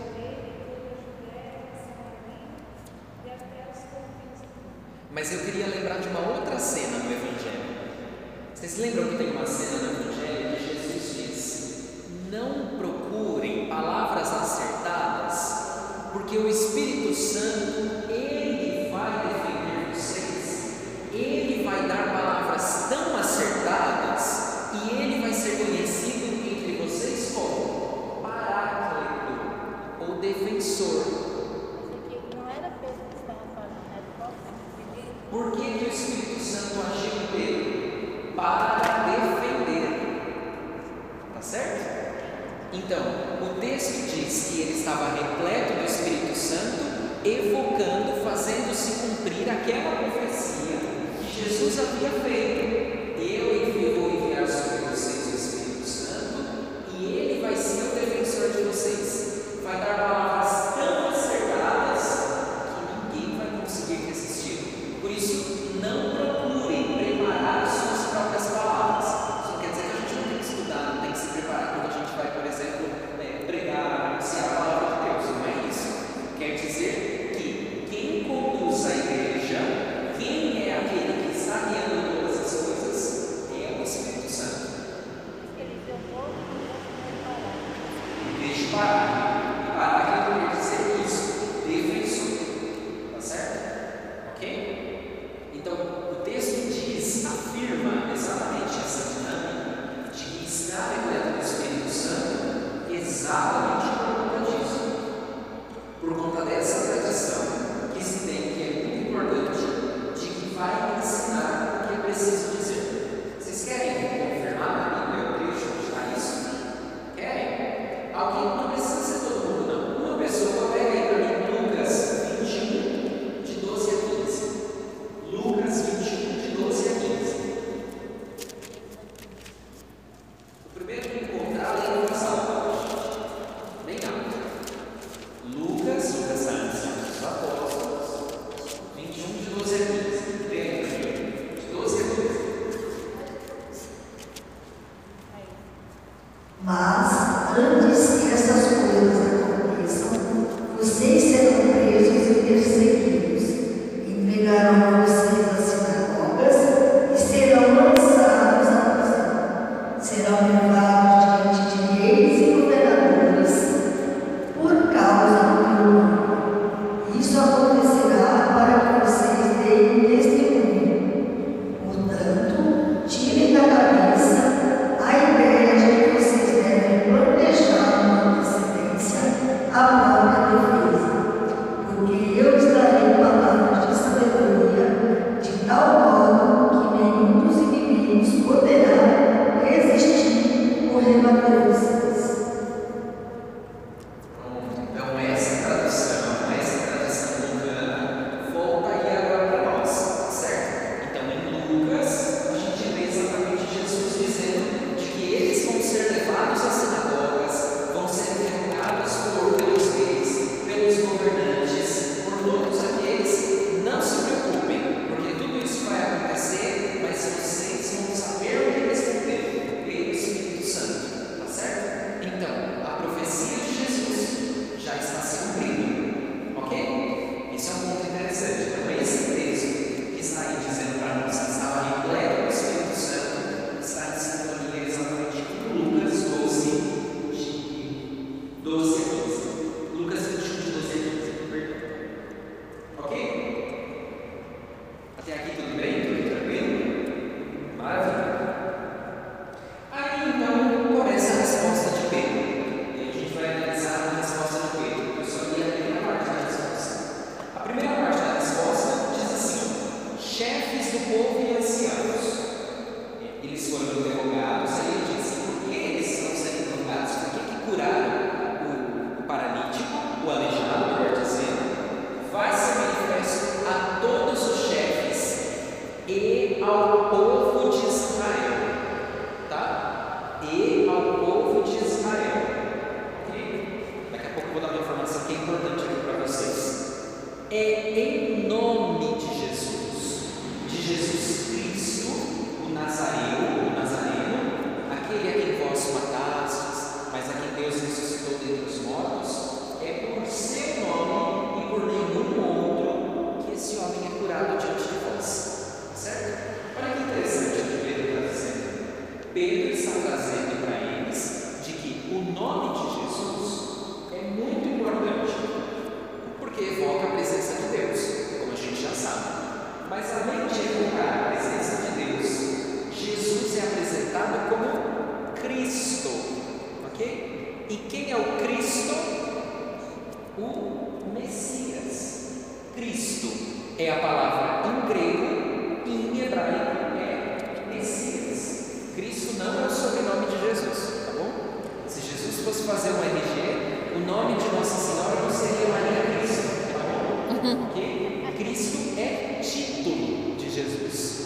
Mas eu queria lembrar de uma outra cena no Evangelho. Vocês lembram que tem uma cena no Evangelho que Jesus diz: não procurem palavras acertadas, porque o Espírito Santo, Ele vai defender vocês, Ele vai dar palavras tão acertadas e Ele vai ser conhecido entre vocês como Paráclito ou Defensor. Não era Pedro que estava falando, era o próprio Pedro. Por que, que o Espírito Santo agiu em Pedro? Para defender. Tá certo? Então, o texto diz que ele estava repleto do Espírito Santo, evocando, fazendo-se cumprir aquela profecia que Jesus havia feito. Eu envio, vou enviar sobre vocês o Espírito Santo e ele vai ser o defensor de vocês. Vai dar palavras tão acertadas que ninguém vai conseguir resistir. Por isso, não procurem preparar suas próprias palavras. Isso quer dizer que a gente não tem que estudar, não tem que se preparar quando a gente vai, por exemplo, é, pregar, anunciar a palavra de Deus. Não é isso. Quer dizer que quem conduz a igreja, quem é aquele que está guiando todas as coisas, é o Espírito Santo. Ele deu um pouco de Deixa eu parar. Parar que eu queria dizer isso. Defensor. Tá certo? Ok? Então, o texto diz, afirma exatamente essa dinâmica de que estar repleto do Espírito Santo exatamente por conta disso. Por conta dessa tradição que se tem, que é muito importante, de que vai ensinar o que é preciso dizer. Vocês querem confirmar na Bíblia o trecho onde está isso? Querem? Alguém, não precisa ser todo mundo, não. Uma pessoa pega aí para mim Lucas vinte e um, de doze a quinze. Lucas vinte e um, de doze a quinze. O primeiro que encontrar, lê com salva. Bem rápido. Lucas, Lucas está anunciando os apóstolos. vinte e um, de doze a quinze. Lê aí, de doze a quinze. Mas, antes que essas coisas aconteçam, vocês serão presos e perseguidos, entregarão vocês às sinagogas e serão lançados à prisão. Serão levados diante de reis e governadores por causa do meu nome. Isso acontecerá para que vocês deem testemunho. Portanto, tirem da cabeça a ideia de que vocês devem planejar uma antecedência a própria defesa, porque eu estarei com palavras de sabedoria de tal modo que nenhum dos inimigos poderá resistir ou rebater vocês. Então, essa tradução, essa tradução lucana, volta aí agora para nós, tá certo? Então, em Lucas, a gente vê exatamente Jesus dizendo de que eles vão ser levados às sinagogas, vão ser interrogados por, pelos reis, pelos governantes, por todos aqueles. Não se preocupem, porque tudo isso vai acontecer, mas vocês vão saber o que responder pelo Espírito Santo, tá certo? Então, a profecia de Jesus já está se cumprindo, ok? Isso é um ponto interessante. Então, esse texto que está aí dizendo para nós que estava repleto do Espírito Santo está em sintonia exatamente com Lucas doze, de doze a quinze. Lucas vinte e um, de doze a quinze, perdão. Ok? Até aqui tudo bem? Tudo tranquilo? Maravilha. Aí então começa a resposta de Pedro. E a gente vai analisar a resposta de Pedro. Eu só li a primeira parte da resposta. A primeira parte da resposta diz assim: chefes do povo e anciãos. Eles foram interrogados, aí ele disse: por que eles estão sendo interrogados? Por que, que curaram o, o paralítico, o aleijado, melhor dizendo? Vai ser manifesto a todos os chefes e ao povo de Israel. Tá? E ao povo de Israel. Ok? Daqui a pouco eu vou dar uma informação que é importante aqui para vocês. É em nome de Jesus, de Jesus Cristo, o Nazareu, o Nazareno, aquele a quem vós matastes, mas a quem Deus ressuscitou Pedro está trazendo para eles de que o nome de Jesus é muito importante, porque evoca a presença de Deus, como a gente já sabe. Mas além de evocar a presença de Deus, Jesus é apresentado como Cristo, ok? E quem é o Cristo? O Messias. Cristo é a palavra em grego e em hebraico é Messias. Cristo não é o sobrenome de Jesus, tá bom? Se Jesus fosse fazer um R G, o nome de Nossa Senhora não seria Maria Cristo, tá bom? Ok? Cristo é título de Jesus.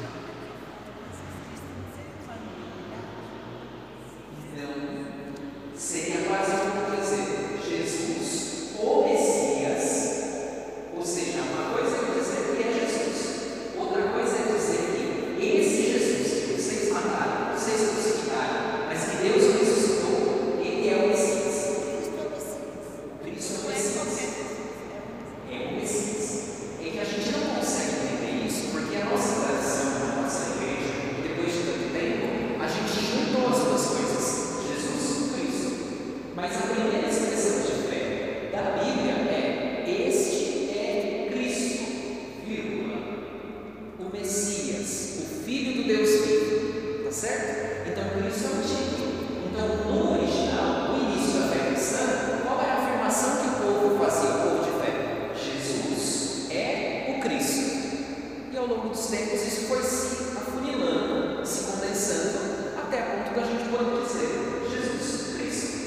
Não, seria quase como dizer Jesus, o Messias, ou seja, uma coisa é dizer que é Jesus, outra coisa é dizer que esse Jesus que vocês mataram, vocês crucificaram, mas que Deus ressuscitou, ele é o Messias. Cristo é o Messias. É o Messias. É que a gente não consegue entender isso porque a nossa tradição, a nossa igreja, depois de tanto tempo, a gente juntou as duas coisas, Jesus e Cristo. Mas a primeira expressão de fé da Bíblia é: este é Cristo, vírgula, o Messias, o Filho do Deus vivo. Tá certo? Então Cristo é o título. Então, no original, no início da fé cristã, qual era a afirmação que o povo fazia, o povo de fé? Jesus é o Cristo. E ao longo dos tempos isso foi se afunilando, se condensando, até a ponto da gente poder dizer Jesus Cristo.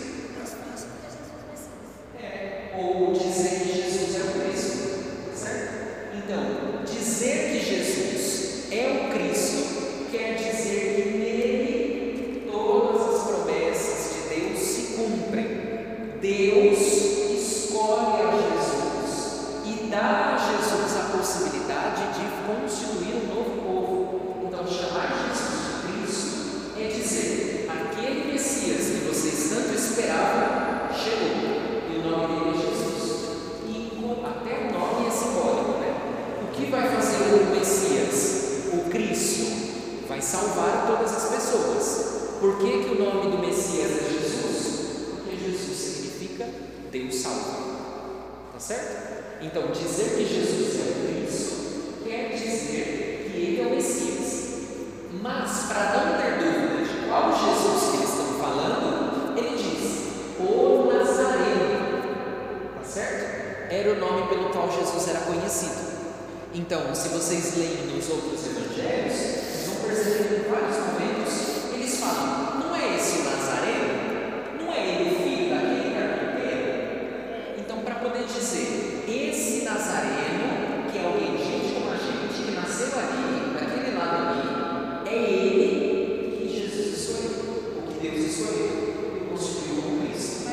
É, ou dizer que Jesus é o Cristo, certo? Então, dizer que Jesus é o Cristo quer dizer que nele todas as promessas de Deus se cumprem. Deus escolhe a Jesus e dá a Jesus a possibilidade de constituir um novo povo. Então, chamar Jesus de Cristo é dizer: aquele Messias que vocês tanto esperavam chegou, e o nome dele é Jesus. E até o nome é simbólico, né? O que vai fazer o Messias, o Cristo? Vai salvar todas as pessoas. Por que, que o nome do Messias é Jesus? Porque Jesus significa Deus salva. Tá certo? Então, dizer que Jesus é o Cristo quer dizer que ele é o Messias. Mas, para não ter dúvida de qual Jesus que eles estão falando, ele diz: o Nazareno. Tá certo? Era o nome pelo qual Jesus era conhecido. Então, se vocês leem nos outros evangelhos, vocês vão perceber que em vários momentos eles falam: não é esse o Nazareno? Não é ele o filho daquele carpinteiro? Então, para poder dizer esse Nazareno, que é alguém gente como a gente, que nasceu ali, daquele lado ali, é ele que Jesus escolheu, ou que Deus escolheu e constituiu como Cristo.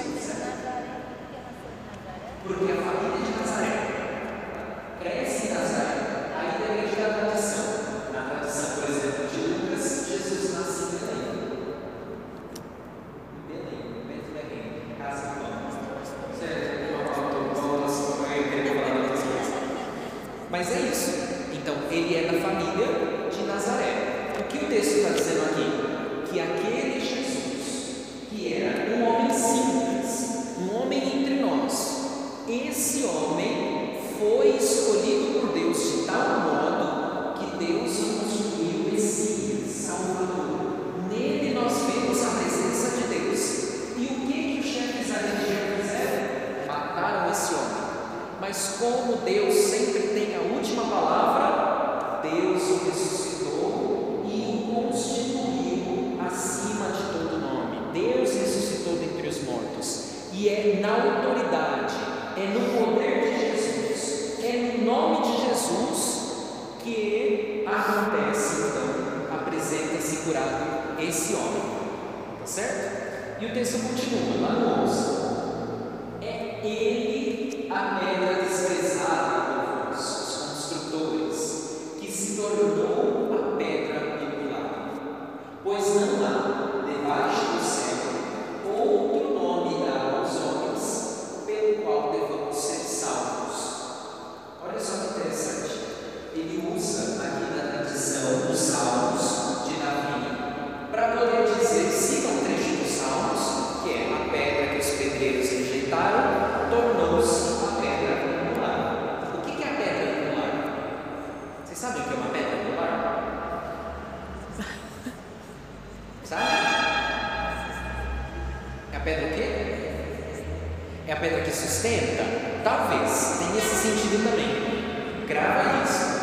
Porque a família de Nazaré cresce em Nazaré. Aí depende da tradição. Na tradição, por exemplo, de Lucas, Jesus nasceu em Belém. Em Belém, em Betlehem, casa de Pão. Certo? Mas é isso. Então, ele é da família de Nazaré. O que o texto está dizendo aqui? Que aquele Jesus, que era um homem simples, um homem entre nós, esse homem foi escolhido por Deus de tal modo que Deus o constituiu o Messias, Salvador. Nele nós vemos a presença de Deus. E o que, que os chefes da religião fizeram? Mataram esse homem. Mas como Deus sempre tem a última palavra, Deus o ressuscitou e o constituiu acima de todo nome. Deus ressuscitou dentre os mortos. E é na autoridade, é no poder de Jesus, é no nome de Jesus que acontece, então, apresenta-se curado esse homem. Tá certo? E o texto continua, lá no onze. É ele a pedra desprezada por vós, os construtores, que se tornou a pedra angular. Pois não há, debaixo do céu, outro nome dado aos homens, pelo qual devamos ser salvos. Olha só que interessante. Ele usa aqui na tradição dos Salmos de Davi para poder a pedra o quê? É a pedra que sustenta? Talvez, tem esse sentido também. Grava isso.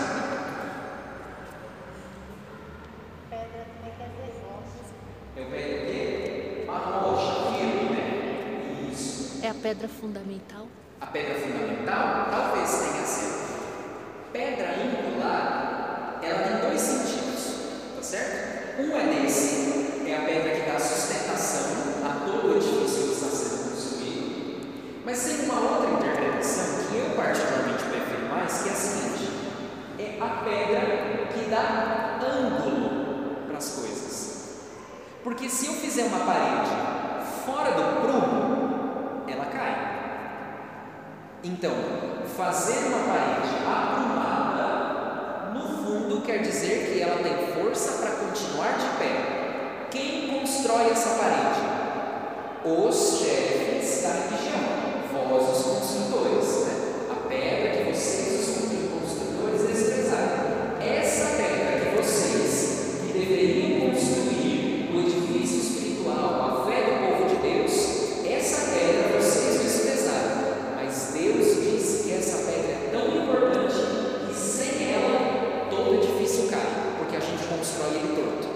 Pedra também quer dizer rocha. Eu pego o quê? A rocha, firme, né? Isso. É a pedra fundamental? A pedra fundamental talvez tenha sido. Pedra angular, ela tem dois sentidos, tá certo? Um é desse, é a pedra que dá sustentação a todo o edifício que está sendo construído. Mas tem uma outra interpretação que eu particularmente prefiro mais, que é a seguinte: é a pedra que dá ângulo para as coisas. Porque se eu fizer uma parede fora do prumo, ela cai. Então, fazer uma parede aprumada, no fundo, quer dizer que ela tem força para continuar de pé. Quem constrói essa parede? Os chefes da religião, vós, os construtores, né? A pedra que vocês, os construtores, desprezaram. Essa pedra que vocês, que deveriam construir o edifício espiritual, a fé do povo de Deus, essa pedra vocês desprezaram. Mas Deus disse que essa pedra é tão importante que sem ela todo edifício cai, porque a gente constrói ele torto.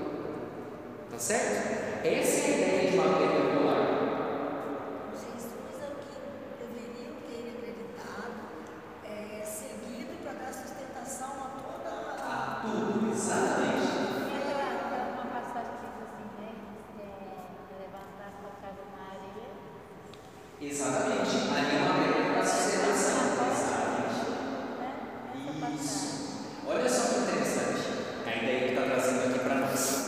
Tá certo? Essa é a ideia de uma pedra angular. Jesus é o que deveriam ter acreditado, é, seguido para dar sustentação a toda a. A tudo, exatamente. Tem uma passagem que diz assim, né? É, levantar a sua casa na areia. Exatamente. Ali é uma pedra para sustentação. Exatamente. Né? Isso. Olha só que interessante a ideia que está trazendo aqui para nós.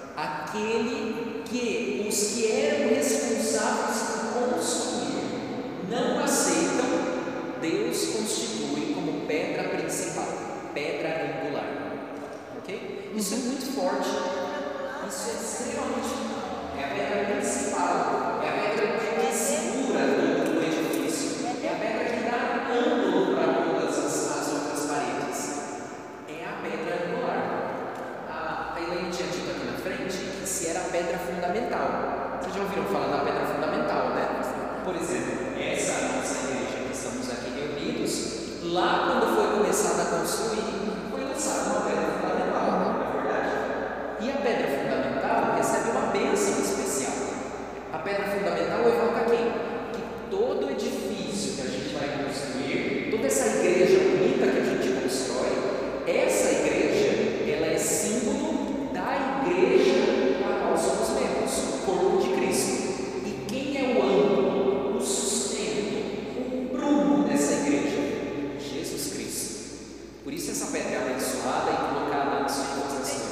Aquele que os que eram responsáveis por construir não aceitam, Deus constitui como pedra principal, pedra angular. Ok? Isso é muito forte. Isso é extremamente. É a pedra principal. É a pedra que segura todo o edifício. É a pedra que dá ângulo para todas as, as outras paredes. É a pedra angular. A, a Elaine tinha dito aqui na frente que se era a pedra fundamental. Vocês já ouviram falar da pedra fundamental, né? Por exemplo, essa é a nossa igreja que estamos aqui reunidos, lá quando foi começada a construir, foi lançada uma pedra fundamental, não é verdade? E a pedra fundamental recebe uma bênção especial. A pedra fundamental evoca quem? Que todo edifício que a gente vai construir, toda essa igreja bonita que a gente constrói, essa igreja, ela é símbolo da igreja a qual somos membros, o corpo de Cristo. E quem é o âmbito, o sustento, o prumo dessa igreja? Jesus Cristo. Por isso essa pedra é abençoada e colocada nas suas posições.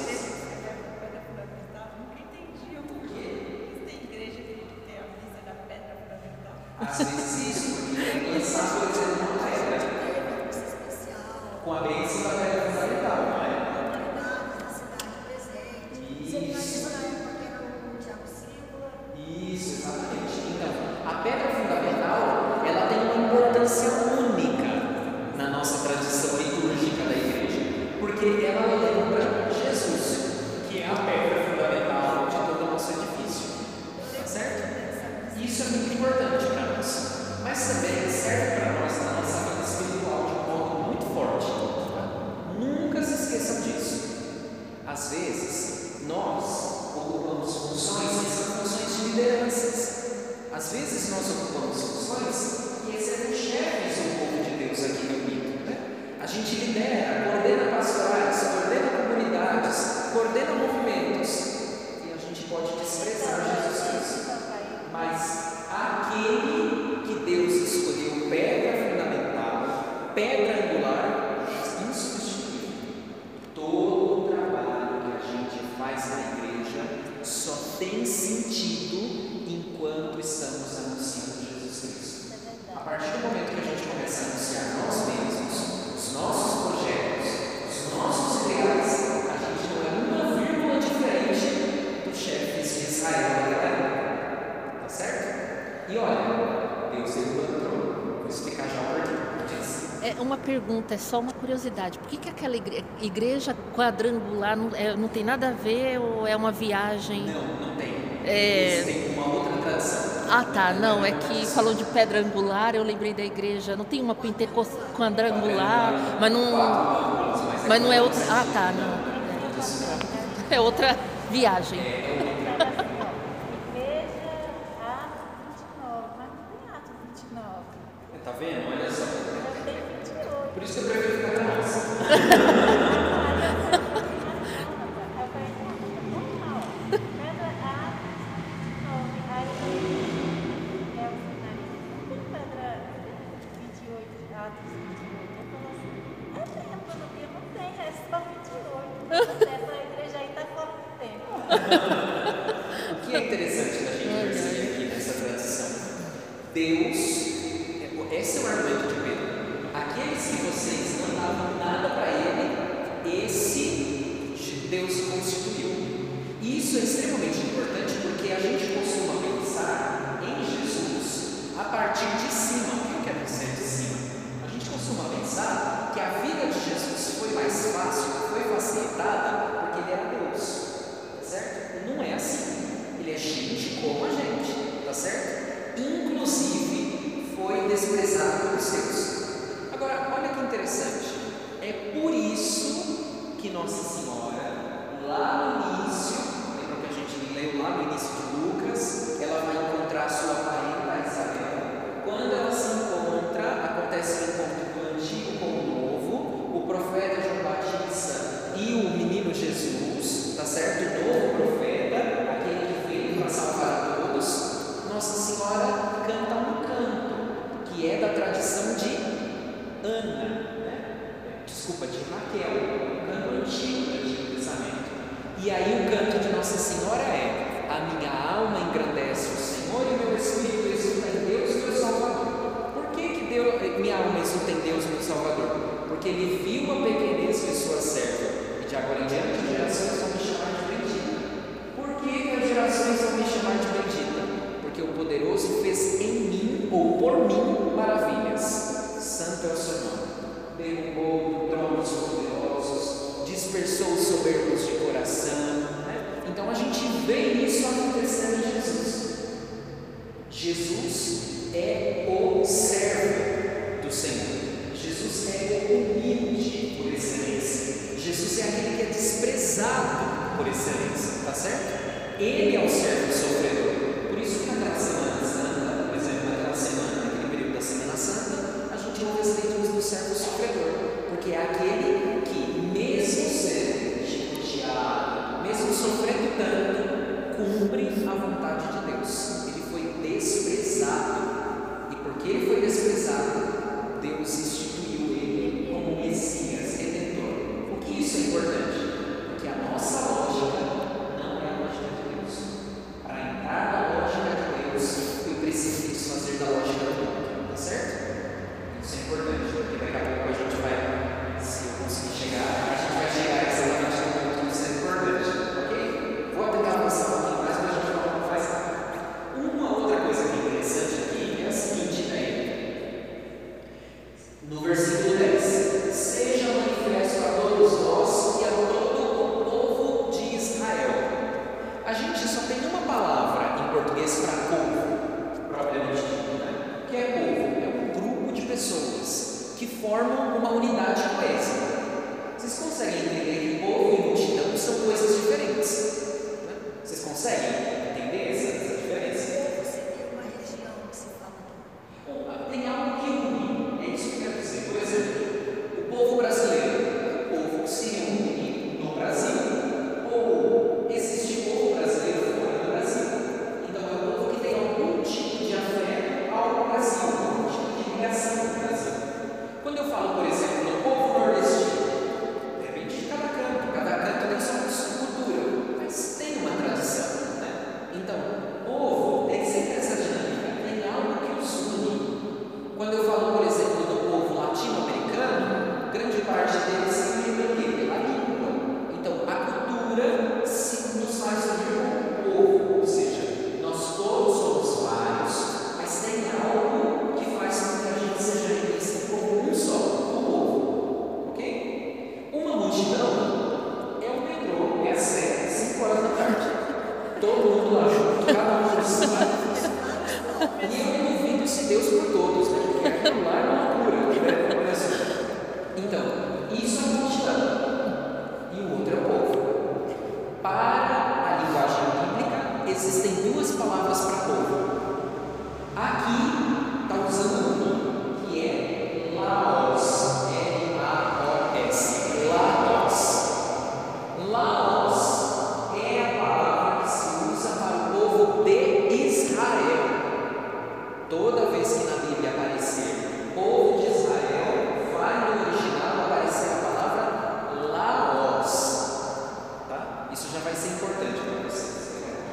Às vezes isso, porque tem lançar coisas numa pedra, com a bênção da pedra fundamental, não é? Isso, exatamente. Então, a pedra fundamental, ela tem uma importância única na nossa tradição litúrgica da igreja, porque ela lembra Jesus, que é a pedra fundamental de todo o nosso edifício. Tá certo? Isso é muito importante para nós, mas também serve para nós na nossa vida espiritual de um modo muito forte. Nunca se esqueçam disso. Às vezes, nós ocupamos funções que são funções de lideranças. Às vezes, nós ocupamos funções que recebem chefes do povo de Deus aqui reunido, né? A gente lidera, coordena pastorais, coordena comunidades, coordena movimentos, e a gente pode desprezar Jesus Cristo. Mas aquele que Deus escolheu pedra fundamental, pedra angular, é insubstituível. Todo o trabalho que a gente faz na igreja só tem sentido enquanto estamos anunciando Jesus Cristo. A partir do momento que a gente começa a anunciar nós mesmos, os nossos projetos, os nossos ideais, a gente não é uma vírgula diferente dos chefes de Israel da galera. Tá certo? E olha, Deus levantou. Vou explicar já o porquê. É uma pergunta, é só uma curiosidade. Por que, que aquela igre- igreja quadrangular não, é, não tem nada a ver ou é uma viagem? Não, não tem. É. Eles têm uma outra tradição tradição. Ah, tá. Não, é que falou de pedra angular, eu lembrei da igreja. Não tem uma pentecost quadrangular, mas não, mas não é outra. Ah, tá. Não. É outra viagem. Igreja Atos vinte e nove, mas não tem Atos vinte e nove. Tá vendo? Olha só. Tem vinte e oito. Por isso que eu prefiro ficar na nossa. O que é interessante da gente perceber aqui nessa transição? Deus, esse é o argumento de Pedro. Aqueles que vocês não davam nada para ele, esse Deus constituiu. E isso é extremamente importante porque a gente costuma pensar em Jesus a partir de cima. O que eu quero dizer de cima? A gente costuma pensar que a vida de Jesus foi mais fácil, foi facilitada porque ele era Deus. Certo? Não é assim. Ele é gente como a gente, tá certo? Inclusive foi desprezado pelos seus. Agora, olha que interessante. É por isso que Nossa Senhora, lá no início, lembra que a gente leu lá no início de Lucas, ela vai encontrar sua parenta Isabel. Quando ela se encontra, acontece o encontro do antigo com o novo, o profeta João Batista e o menino Jesus, tá certo? O novo profeta, aquele que veio para salvar a todos. Nossa Senhora canta um canto que é da tradição de Ana, né? Desculpa, de Raquel, um canto antigo do Antigo Testamento. E aí o canto de Nossa Senhora é: a minha alma engrandece o Senhor e meu espírito exulta em Deus, meu Salvador. Por que, que Deus, minha alma exulta em Deus, meu Salvador? Porque ele viu a pequenez de sua serva. De agora em diante, as gerações vão me chamar de bendita. Por que as gerações vão me chamar de bendita? Porque o poderoso fez em mim, ou por mim, maravilhas. Santo é o seu nome. Derrubou do trono os poderosos, dispersou os soberbos de coração. Né? Então a gente vê isso acontecendo em Jesus. Jesus é o servo do Senhor. Jesus é o humilde por excelência. Jesus é aquele que é desprezado por excelência, tá certo? Ele é o servo sofredor. Por isso que naquela Semana Santa, por exemplo, naquela semana, naquele período da Semana Santa, a gente ouve as leituras do servo sofredor, porque é aquele que, mesmo sendo chicoteado, mesmo sofrendo tanto, cumpre a vontade de Deus. Ele foi desprezado, e porque ele foi desprezado, Deus instituiu ele como Messias, Redentor. Por que isso é importante? Porque a nossa lógica não é a lógica de Deus. Para entrar na lógica de Deus, eu preciso me desfazer da lógica do mundo, tá certo? Isso é importante, porque daqui a pouco a gente vai, se eu conseguir chegar, a gente vai chegar exatamente no ponto que isso é importante, ok? Vou tentar avançar um pouquinho mais para a gente falar como faz. Uma outra coisa que é interessante aqui é a seguinte, né? No versículo dez: seja manifesto a todos nós e a todo o povo de Israel. A gente só tem uma palavra em português para povo, propriamente dito, né? Que é povo, é um grupo de pessoas que formam uma unidade coesa. Vocês conseguem entender que povo e multidão são coisas diferentes? Né? Vocês conseguem entender essa, essa diferença? Você tem uma região que se fala. Tem algo que une, é isso que eu quero dizer. Por exemplo, o povo brasileiro, o povo que se reúne no Brasil, ou existe povo brasileiro fora do Brasil. Então é o povo que tem algum tipo de afeto ao Brasil, algum tipo de ligação ao Brasil. Quando eu falo, por exemplo, do povo nordestino, depende de cada canto, cada canto tem sua sua cultura, mas tem uma tradição, né? Então, povo tem sempre essa dinâmica, tem algo que os une. Quando eu falo, por exemplo, do povo latino-americano, grande parte deles se lembra o quê? Pela língua. Então, a cultura se nos faz unir como povo, ou seja, nós todos somos vários, mas tem algo que faz com que a gente seja visto como um só, o povo. Ok? Uma multidão é o metrô, é às cinco horas da tarde. Todo mundo lá junto, cada um por si. E eu não duvido se Deus por todos, né? Porque aquilo lá é uma loucura. Né? Olha só. Então, isso é a multidão. E o outro é o povo. Para a linguagem bíblica, existem duas palavras para povo. Aqui está usando uma, que é Laos. L A O S. Laos. Laos é a palavra que se usa para o povo de Israel. Toda vez que na Bíblia aparecer povo de Israel, vai no original aparecer a palavra Laos. Tá? Isso já vai ser importante para vocês.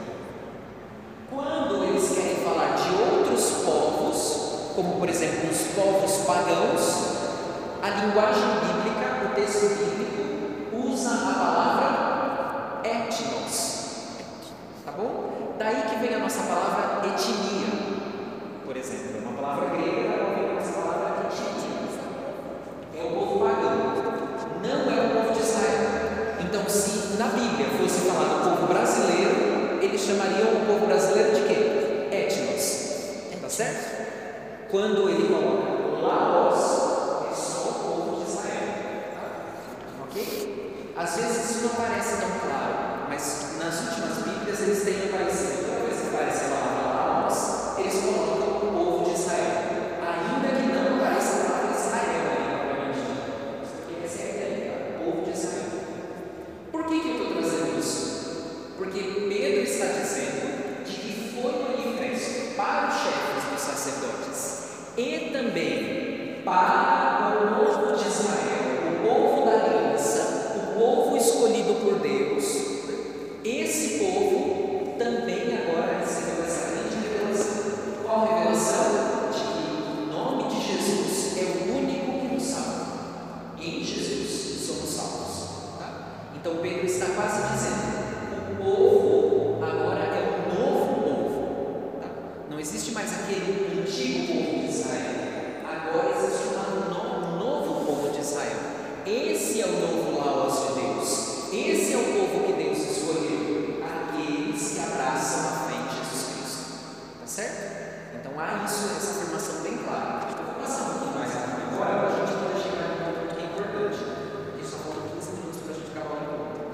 Quando eles querem falar de outros povos, como por exemplo os povos pagãos, a linguagem bíblica, o texto bíblico, usa a palavra etnos. Tá bom? Daí que vem a nossa palavra etnia. Por exemplo, é uma palavra grega, ela vem essa palavra etnia. É o povo pagão, não é o povo de Israel. Então, se na Bíblia fosse falado o povo brasileiro, eles chamariam o povo brasileiro de quê? Etnos. Tá certo? Quando ele coloca Laos, é só o povo de Israel. Tá? Ok? Às vezes isso não parece tão claro, mas nas últimas Bíblias eles têm aparecido. Toda vez que aparece a palavra Laos, eles colocam o povo de Israel, ainda que não apareça a palavra Israel aí, porque essa é a ideia, o povo de Israel. Por que, que eu estou trazendo isso? Porque Pedro está dizendo de que foi manifesto para os chefes dos sacerdotes e também para o povo de Israel, o povo da aliança, o povo escolhido por Deus. Esse povo também agora recebeu essa grande revelação. Qual a revelação? De que o nome de Jesus é o único que nos salva. Em Jesus somos salvos. Tá? Então Pedro está quase dizendo: o povo agora é um novo povo. Tá? Não existe mais aquele antigo povo de Israel. Agora existe um novo, um novo povo de Israel. Esse é o novo Laos de Deus. Esse é o povo que Deus escolheu. Aqueles que abraçam a fé em Jesus Cristo. Tá certo? Então há isso, essa afirmação bem clara. Eu vou passar um pouquinho mais rápido agora para a gente poder chegar em um ponto que é importante. Porque só faltam quinze minutos para a gente acabar o encontro.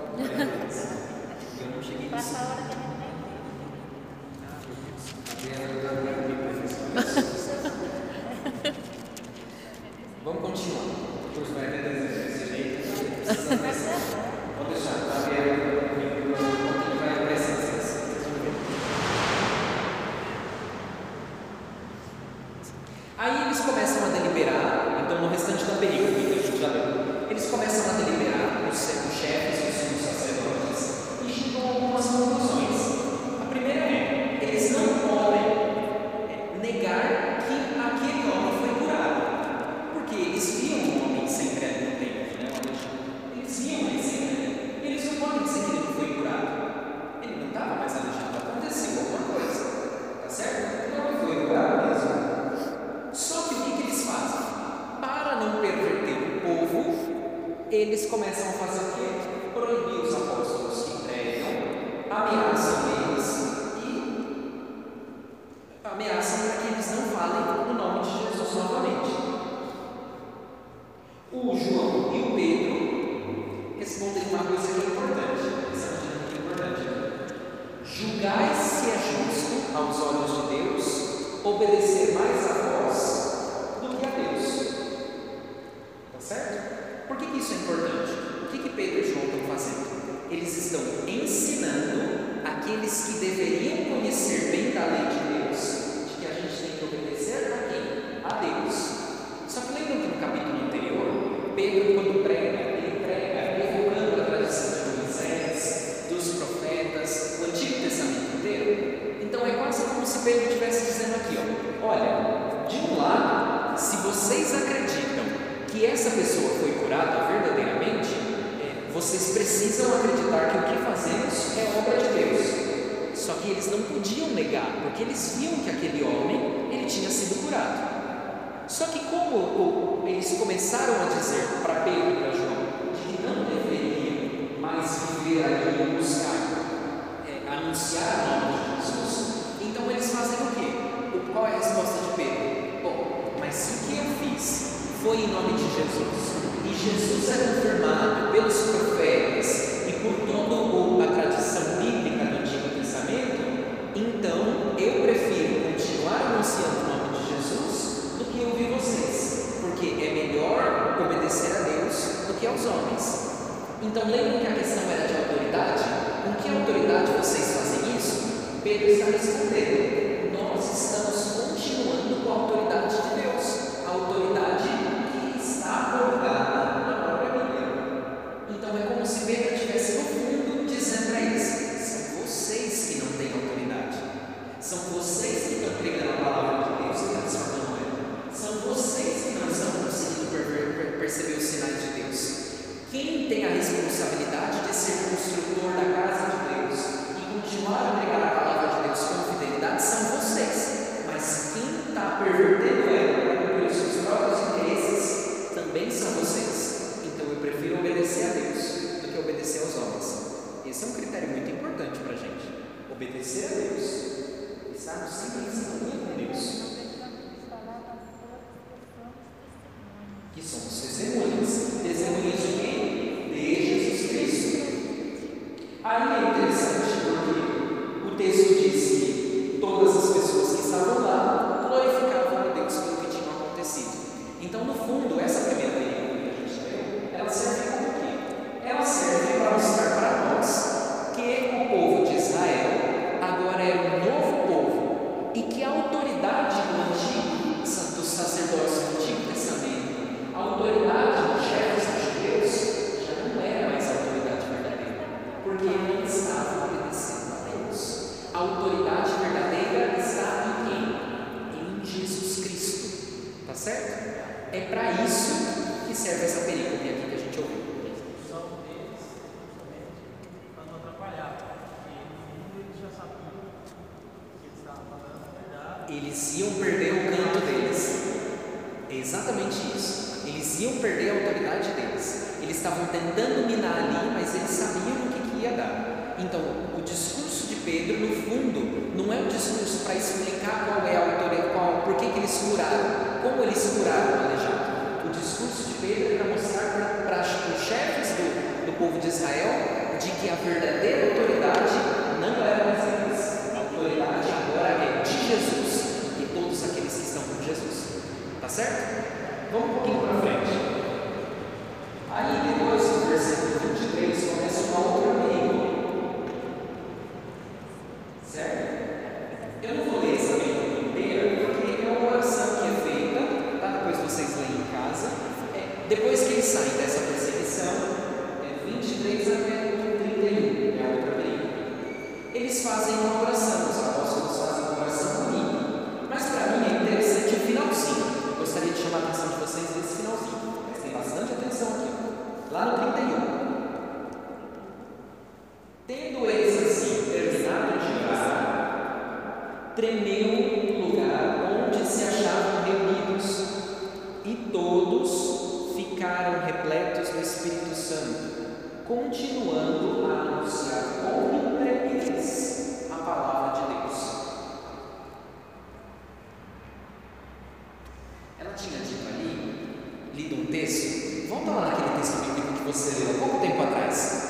Eu não cheguei nisso. Passa a hora que ele vem. Vamos continuar. O curso vai ter desse jeito. Precisa mais. Vou deixar. Tá vendo? Vai precisar. Aí eles começam a deliberar, então no restante da película que a gente já leu, eles começam a deliberar, os chefes, os sumos sacerdotes, e chegam a algumas conclusões. A primeira é, eles não podem negar que aquele homem foi curado, porque eles viam o homem sempre ali no templo, né? Eles viam ele sempre ali, e eles não podem dizer que ele não foi curado. Ele não estava mais aleijado, aconteceu alguma coisa, tá certo? Não, ele foi curado mesmo. Só que o que, que eles fazem? Para não perverter o povo, eles começam a fazer o quê? Proibir os apóstolos que pregam, ameaçam eles e ameaçam para que eles não falem o nome de Jesus novamente. O João e o Pedro respondem uma coisa que é importante. Essa é importante. Julgai se é justo aos olhos de Deus obedecer mais a vós do que a Deus. Tá certo? Por que, que isso é importante? O que, que Pedro e João estão fazendo? Eles estão ensinando aqueles que deveriam conhecer bem da lei de Deus, de que a gente tem que obedecer a quem? A Deus. Só que lembram que no capítulo anterior, Pedro, quando prega, ele prega evocando a tradição de Moisés, dos profetas, o Antigo Testamento inteiro. Então é quase como se Pedro estivesse dizendo aqui, ó, olha, de um lado, se vocês acreditam que essa pessoa foi curada verdadeiramente, é, vocês precisam acreditar que o que fazemos é obra de Deus. Só que eles não podiam negar, porque eles viam que aquele homem, ele tinha sido curado. Só que como o, eles começaram a dizer para Pedro e para João de que não deveriam mais viver ali e buscar, é, anunciar o nome de Jesus, então eles fazem o quê? Qual é foi em nome de Jesus, e Jesus é confirmado pelos profetas e por toda a tradição bíblica do Antigo Testamento, então eu prefiro continuar anunciando o nome de Jesus do que ouvir vocês, porque é melhor obedecer a Deus do que aos homens. Então lembram que a questão era de autoridade? Com que autoridade vocês fazem isso? Pedro está respondendo: nós estamos continuando com a autoridade de Deus, a autoridade que está colocada na própria Bíblia. Então é como se Pedro estivesse no fundo dizendo para eles: são vocês que não têm autoridade, são vocês que estão pregando a palavra de Deus e transformando ela, são vocês que não estão conseguindo perceber os sinais de Deus. Quem tem a responsabilidade de ser construtor da casa de Deus e continuar a pregar a palavra de Deus com fidelidade são vocês, mas quem está pervertendo ela para cumprir os seus próprios interesses também são vocês. Então eu prefiro obedecer a Deus do que obedecer aos homens. Esse é um critério muito importante para a gente: obedecer a Deus, estarmos sempre em sintonia com Deus, que somos testemunhas. Testemunhas de quem? De Jesus Cristo. Aí é interessante porque o texto diz que todas as pessoas que estavam lá glorificavam a Deus pelo que tinha acontecido. Então, no fundo, essa primeira película que a gente leu, ela serve como o quê? Ela serve para mostrar para nós que o povo de Israel agora é um novo povo e que a autoridade do antigo, do sacerdócio do Antigo Testamento, a autoridade dos chefes judeus, já não era mais a autoridade verdadeira, porque não estavam obedecendo a Deus. A autoridade verdadeira está em quem? Em Jesus Cristo. Tá certo? É para isso que serve essa perícope aqui que a gente ouviu. Eles iam perder o canto deles. É exatamente isso. Eles iam perder a autoridade deles. Eles estavam tentando minar ali, mas eles sabiam o que, que ia dar. Então, o discurso de Pedro, no fundo, não é um discurso para explicar qual é a autoridade, qual, por que, que eles curaram, como eles curaram o aleijado. O discurso de Pedro é para mostrar para os chefes do, do povo de Israel de que a verdadeira autoridade não era mais deles. A autoridade agora é de Jesus e todos aqueles que estão com Jesus. Tá certo? Vamos um pouquinho para frente. Aí depois, no versículo vinte e três, começa uma outra perícope. Certo? Eu não vou ler essa perícope inteira, porque é uma oração que é feita, tá? Depois vocês leem em casa. É, depois que eles saem dessa perseguição, é vinte e três até trinta e um, é a outra perícope. Eles fazem uma oração, os apóstolos fazem uma oração bonita. Mas para mim é interessante o finalzinho. Gostaria de chamar a atenção de vocês nesse finalzinho. Prestem bastante atenção aqui. Lá no trinta e um. Tendo eles assim terminado de orar, tremeu o lugar onde se achavam reunidos, e todos ficaram repletos do Espírito Santo, continuando a anunciar com intrepidez a palavra de Deus. Ela tinha dito ali, lido um texto, volta lá naquele texto bíblico que você leu há pouco tempo atrás.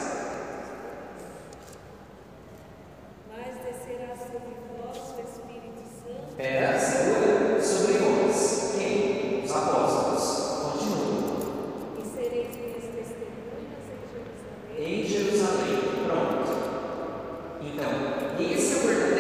Mas descerá sobre vós o Espírito Santo. Pera, segura, sobre vós. Quem? Os apóstolos. Continua. E sereis minhas testemunhas em Jerusalém. Em Jerusalém. Pronto. Então, esse é o verdadeiro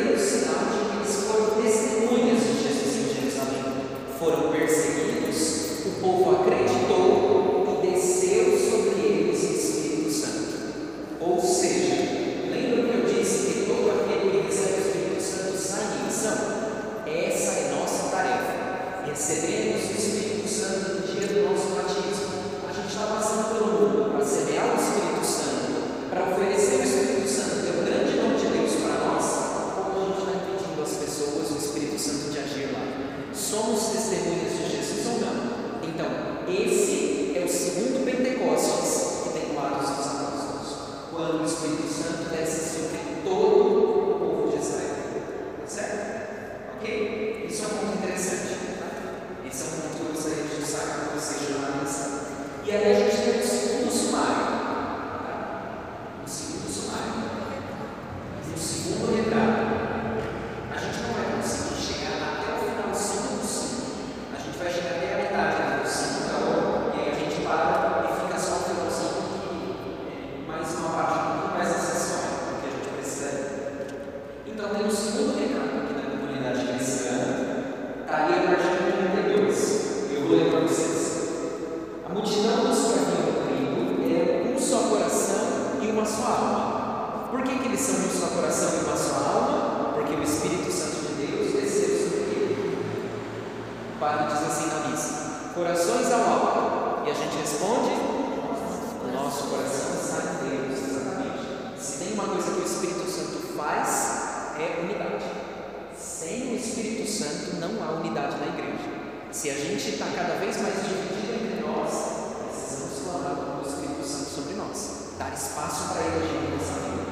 unidade. Sem o Espírito Santo não há unidade na igreja. Se a gente está cada vez mais dividido entre nós, precisamos clamar o Espírito Santo sobre nós, dar espaço para ele agir na nossa vida.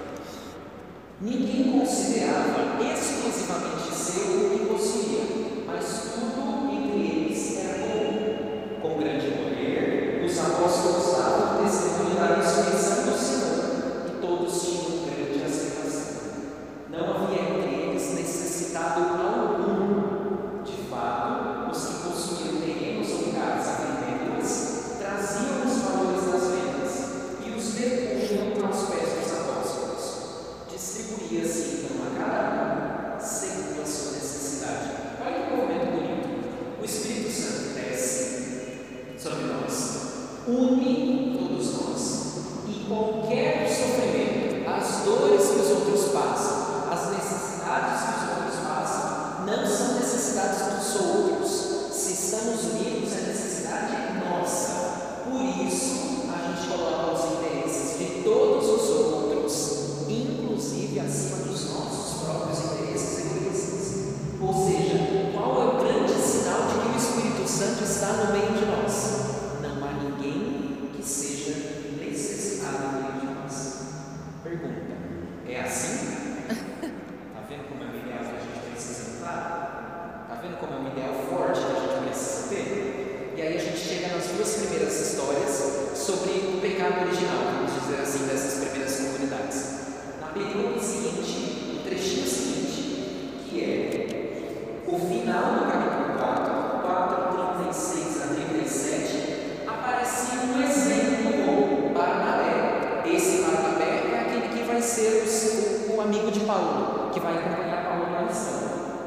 Ninguém considerava exclusivamente seu o que possuía, mas tudo entre eles era comum. Com grande poder, os apóstolos davam testemunho da ressurreição do Senhor, e todos tinham grande aceitação. Não havia entre eles necessitado algum. De fato, os que possuíam terrenos ou casas vendendo-as traziam os valores das vendas e os depunham aos pés dos apóstolos. Distribuía-se então a cada um segundo a sua necessidade. Olha que momento bonito. O Espírito Santo desce sobre nós, une todos nós, e qualquer sofrimento, as dores que os outros passam, as necessidades que os outros passam, não são necessidades dos outros. Se estamos unidos, é necessidade nossa. Por isso, a gente coloca os interesses de todos os outros, inclusive acima dos nossos próprios interesses egoístas. Ou seja, qual é o grande sinal de que o Espírito Santo está no meio de nós? Não há ninguém que seja necessitado no meio de nós. Pergunta: é assim? Está vendo como é um ideal que a gente precisa entrar? Está vendo como é um ideal forte que a gente precisa ter? E aí a gente chega nas duas primeiras histórias sobre o pecado original, vamos dizer assim, dessas primeiras comunidades. Na pergunta seguinte, o trechinho seguinte, que é o final do capítulo quatro, quatro, trinta e seis a trinta e sete, aparece um exemplo com Barnabé. Esse Barnabé é aquele que vai ser o, seu, o amigo de Paulo, que vai acompanhar Paulo na missão.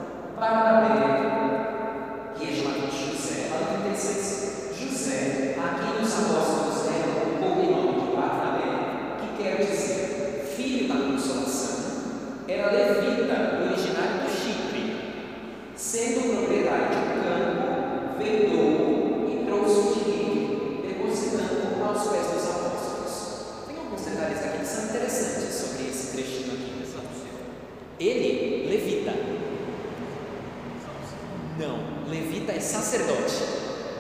Barnabé, que é chamado de José, lá no trinta e seis. José, a quem os apóstolos deram o cognome de Barnabé, que quer dizer filho da consolação, era levita, originário do Chipre. Sendo propriedade de um campo, vendou e trouxe o dinheiro, depositando aos pés dos apóstolos. Tem alguns detalhes aqui que são interessantes sobre esse trechinho aqui. Ele, levita. Não, levita é sacerdote.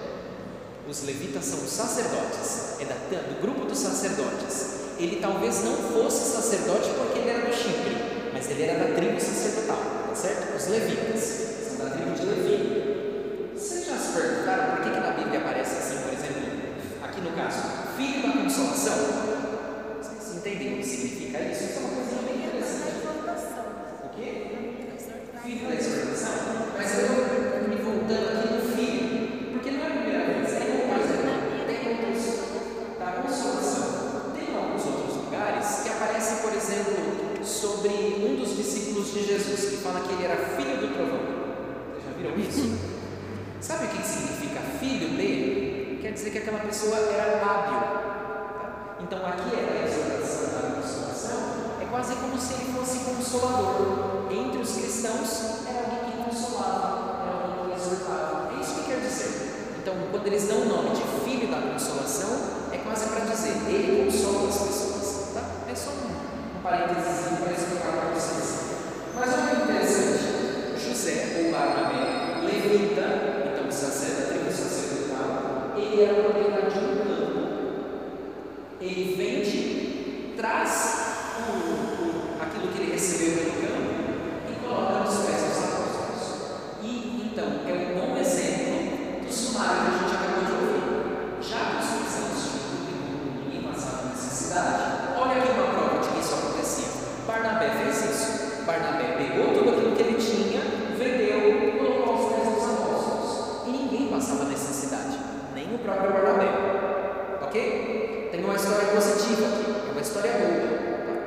Os levitas são os sacerdotes, é da, do grupo dos sacerdotes. Ele talvez não fosse sacerdote porque ele era do Chipre, mas ele era da tribo sacerdotal, tá certo? Os levitas são da tribo de Levi. Vocês já se perguntaram por que, que na Bíblia aparece assim, por exemplo, aqui no caso, filho da consolação? Vocês entendem o que significa isso? Isso é uma coisa bem interessante. O quê? Filho da exortação? Mas eu estou me voltando aqui no filho, porque não é a primeira vez. Tem um, por exemplo, tem outros da consolação. Tem alguns outros lugares que aparecem, por exemplo, sobre um dos discípulos de Jesus, que fala que ele era filho do trovão. Vocês já viram isso? Sabe o que significa filho de? Quer dizer que aquela pessoa era hábil. Então aqui é a exortação da consolação, é quase como se ele fosse consolador. Entre os cristãos era alguém que consolava, era alguém que exortava. É isso que quer dizer. Então, quando eles dão o nome de filho da consolação, é quase para dizer, ele consola as pessoas. Tá? É só um, um parênteses para explicar para vocês. Mas olha que interessante, José, ou Barnabé, levita, então sacerdote, tribo sacerdotal, ele era propriedade de um campo. Ele vende, traz o, o, aquilo que ele recebeu pelo campo e coloca nos pés dos apóstolos. E então é um bom exemplo do sumário que a gente acabou de ouvir. Já que os cristãos tinham ninguém passava necessidade, olha aqui uma prova de que isso acontecia. Barnabé fez isso. Barnabé pegou tudo aquilo que ele tinha, vendeu e colocou aos pés dos apóstolos. E ninguém passava necessidade, nem o próprio Barnabé. Ok? Tem uma história positiva aqui, é uma história boa.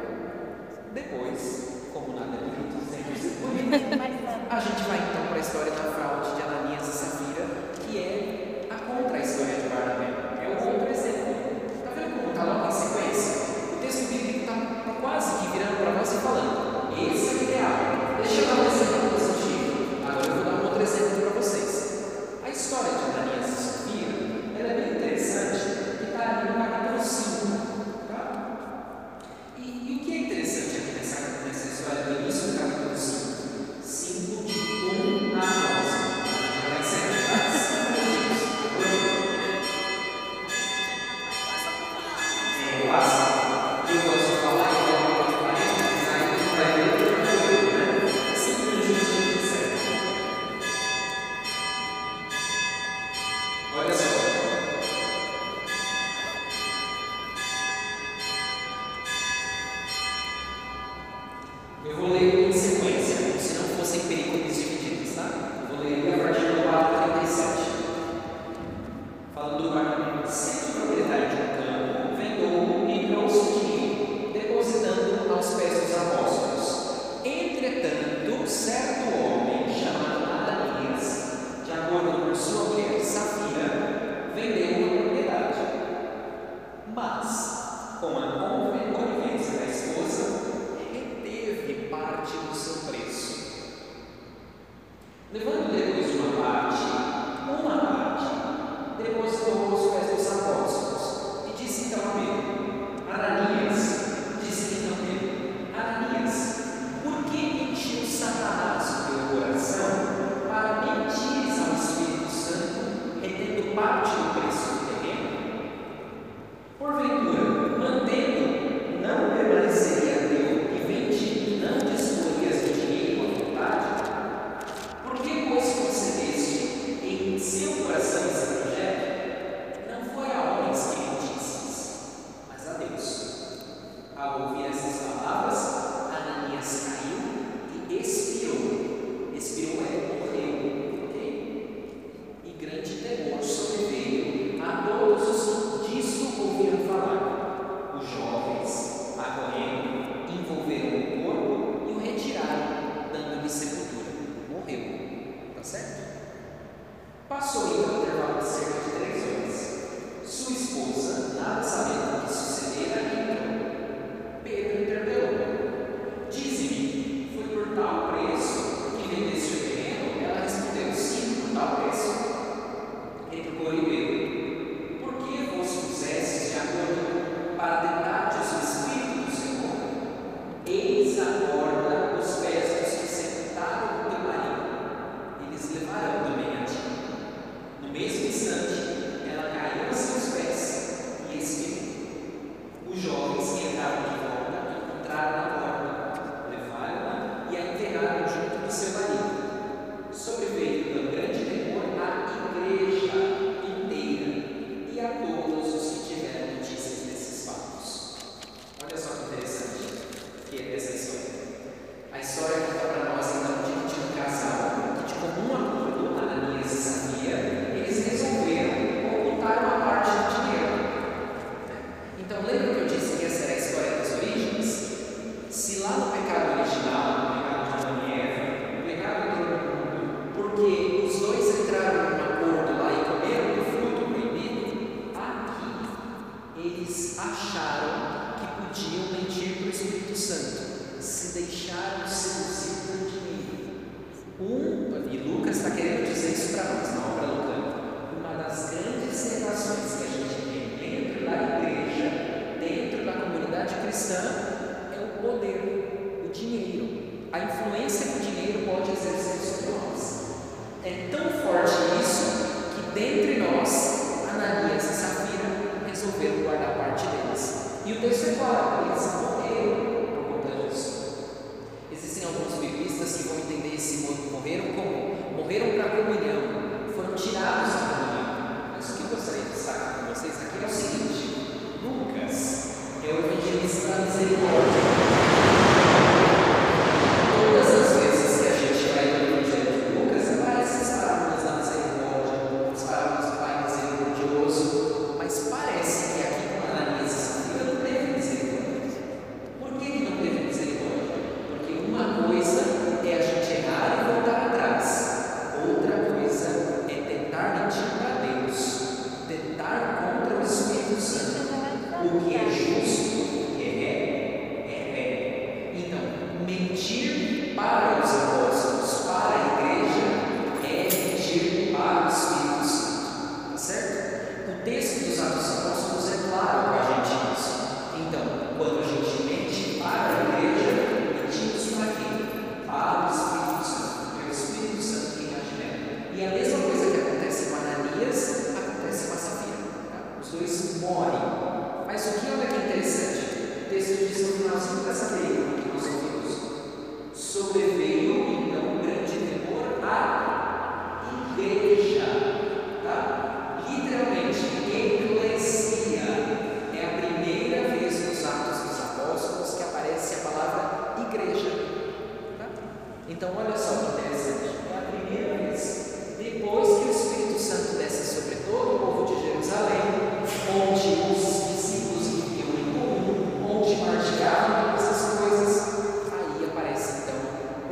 Depois, como nada é bonito, sempre se bonito, a gente vai então para a história da fraude de Ananias e Safira, que é a contra-história de Barnabé. É o outro exemplo. Está vendo como está logo em sequência? O texto bíblico está quase que virando para nós e falando: esse é o ideal. Deixa eu dar um exemplo positivo. Agora eu vou dar um outro exemplo para vocês. A história de Ananias e Safira, ela é bem interessante, que está ali no capítulo cinco. Tá? E, e o que é interessante aqui nessa, nessa história do início do capítulo um certo homem chamado Ananias, de acordo com sua mulher Safira, vendeu uma propriedade. Mas, com a conivência da esposa, reteve parte do seu preço. Levando depois de uma parte, uma parte, depositou aos pés dos apóstolos e disse então a Pedro: Ananias, disse então Pedro: Ananias, por que mentiu Satanás o teu coração para mentires ao Espírito Santo, retendo parte do preço do terreno? Porventura, mantendo, não permaneceria teu e vendido, não disporias de dinheiro à vontade? Por que, pois, concedeste em seu coração esse projeto? Não foi a homens que mentisses, mas a Deus. Ao ouvir essas palavras, Ananias caiu e expirou. Expirou é morreu, ok? E grande temor sobreveio a todos os que disso ouviram falar. Os jovens, acorrendo, envolveram o corpo e o retiraram, dando-lhe sepultura. Morreu. Tá certo? Passou então o intervalo de cerca de três horas. Sua esposa, nada sabendo o que sucedera, entrou. Pedro interpelou: Dize-me, foi por tal preço que vendeste o terreno? Ela respondeu: Sim, por tal preço. Retrucou-lhe Pedro: Por que vos pusestes de acordo para tentardes o Espírito do Senhor? Eis a corda os pés dos que sepultaram o teu marido. Eles levarão também a ti. No mesmo instante, ela caiu aos seus pés e expirou. Os jovens que entraram de volta encontraram na porta, levaram-na e a enterraram junto do seu marido. Sobreveio então grande temor à igreja inteira e a todos os que tiveram notícias desses fatos. Olha só que interessante que é essa história. A história conta para nós então de, de um casal que, de comum acordo, Ananias e Safira, eles resolveram ocultar uma parte do dinheiro. Então, lembra que eu disse que essa era a história das origens? Se lá no pecado original, no pecado de Adão e Eva, o pecado entrou no mundo porque os dois entraram num acordo lá e comeram do fruto proibido, aqui eles acharam que podiam mentir para o Espírito Santo. Se deixaram seduzir pelo dinheiro. Um, e Lucas está querendo dizer isso para nós, na obra lucana. Uma das grandes tentações que a gente tem dentro da igreja, dentro da comunidade cristã, é o poder, o dinheiro. A influência que o dinheiro pode exercer sobre nós. É tão forte isso que dentre nós, Ananias e Safira resolveram guardar parte deles. E o texto é claro, eles morreram. Existem alguns biblistas que vão entender esse morreram como morreram para a comunhão, foram tirados da comunhão. Mas o que eu gostaria de destacar com vocês aqui é o seguinte: Lucas é o evangelista da misericórdia. Todas as vezes que a gente vai no evangelho de Lucas, aparecem as parábolas da misericórdia, as parábolas do Pai misericordioso, mas parece que aqui com Ananias e Safira não teve misericórdia. Por que que não teve misericórdia? Porque uma coisa é a gente errar e voltar atrás, outra coisa é tentar mentir para Deus, tentar contra o Espírito Santo. O que é justo, o que é é é. Então, mentir para os apóstolos, para a igreja, é mentir para o Espírito Santo. Tá certo? O texto dos Atos dos Apóstolos é claro para a gente isso. Então, quando a gente mente para a igreja, mentimos para quem? Para o Espírito Santo. É o Espírito Santo quem age nela. E a mesma coisa que acontece com Ananias, acontece com a Safira. Tá? Os dois morrem. Mas o que olha que interessante? O texto diz no finalzinho dessa lei que nós ouvimos: sobreveio então um grande temor à igreja. Tá? Literalmente, eclesia. É a primeira vez nos Atos dos Apóstolos que aparece a palavra igreja. Tá? Então, olha só que interessante. É a primeira vez. Depois que o Espírito Santo desce sobre todo o povo de Jerusalém, onde os discípulos viviam em comum, onde partilhavam todas essas coisas, aí aparece então um,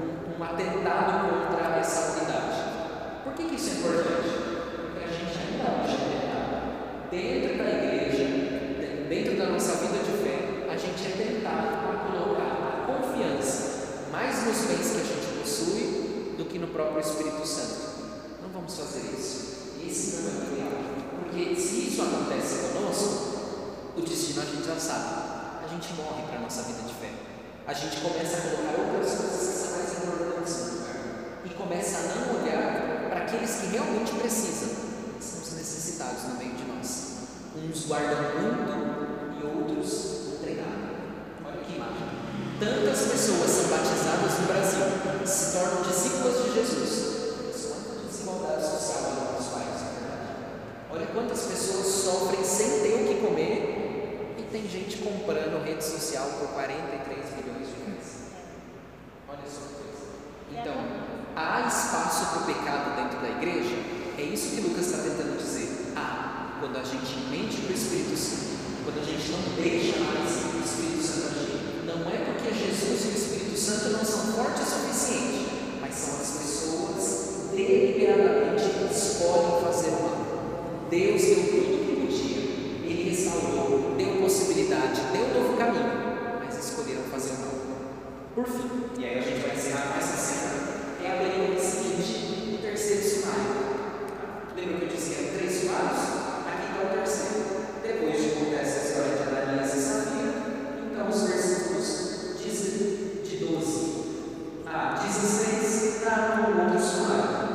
atentado contra essa unidade. Por que, que isso é importante? Porque a gente ainda hoje é tentado, dentro da igreja, dentro da nossa vida de fé, a gente é tentado a colocar a confiança mais nos bens que a gente possui do que no próprio Espírito Santo. Não vamos fazer isso. Esse não é o ideal. Porque se isso acontece conosco, o destino a gente já sabe. A gente morre para a nossa vida de fé. A gente começa a colocar outras coisas que são mais importantes no lugar. E começa a não olhar para aqueles que realmente precisam, que são os necessitados no meio de nós. Uns guardam muito e outros não têm nada. Olha que imagem. Tantas pessoas são batizadas no Brasil, se tornam discípulas de Jesus. Quanta desigualdade social no nosso país, não é verdade? Olha quantas pessoas sofrem sem ter o que comer. Tem gente comprando rede social por quarenta e três milhões de reais. Olha só que coisa. Então, há espaço para o pecado dentro da igreja? É isso que Lucas está tentando dizer. Ah, quando a gente mente para o Espírito Santo, quando a gente não deixa mais o Espírito Santo agir, não é porque Jesus e o Espírito Santo não são fortes o suficiente, mas são as pessoas deliberadamente que escolhem fazer o mal. Deus deu tudo que podia. Ele restaurou, deu possibilidade, deu um novo caminho, mas escolheram fazer o mal. Por fim, e aí a gente vai encerrar com essa cena, é a lei seguinte, o terceiro sumário. Lembra que eu disse que eram três sumários? Aqui está o terceiro. Depois de contar essa história de Ananias e Safira, então os versículos de doze a dezesseis está no outro sumário.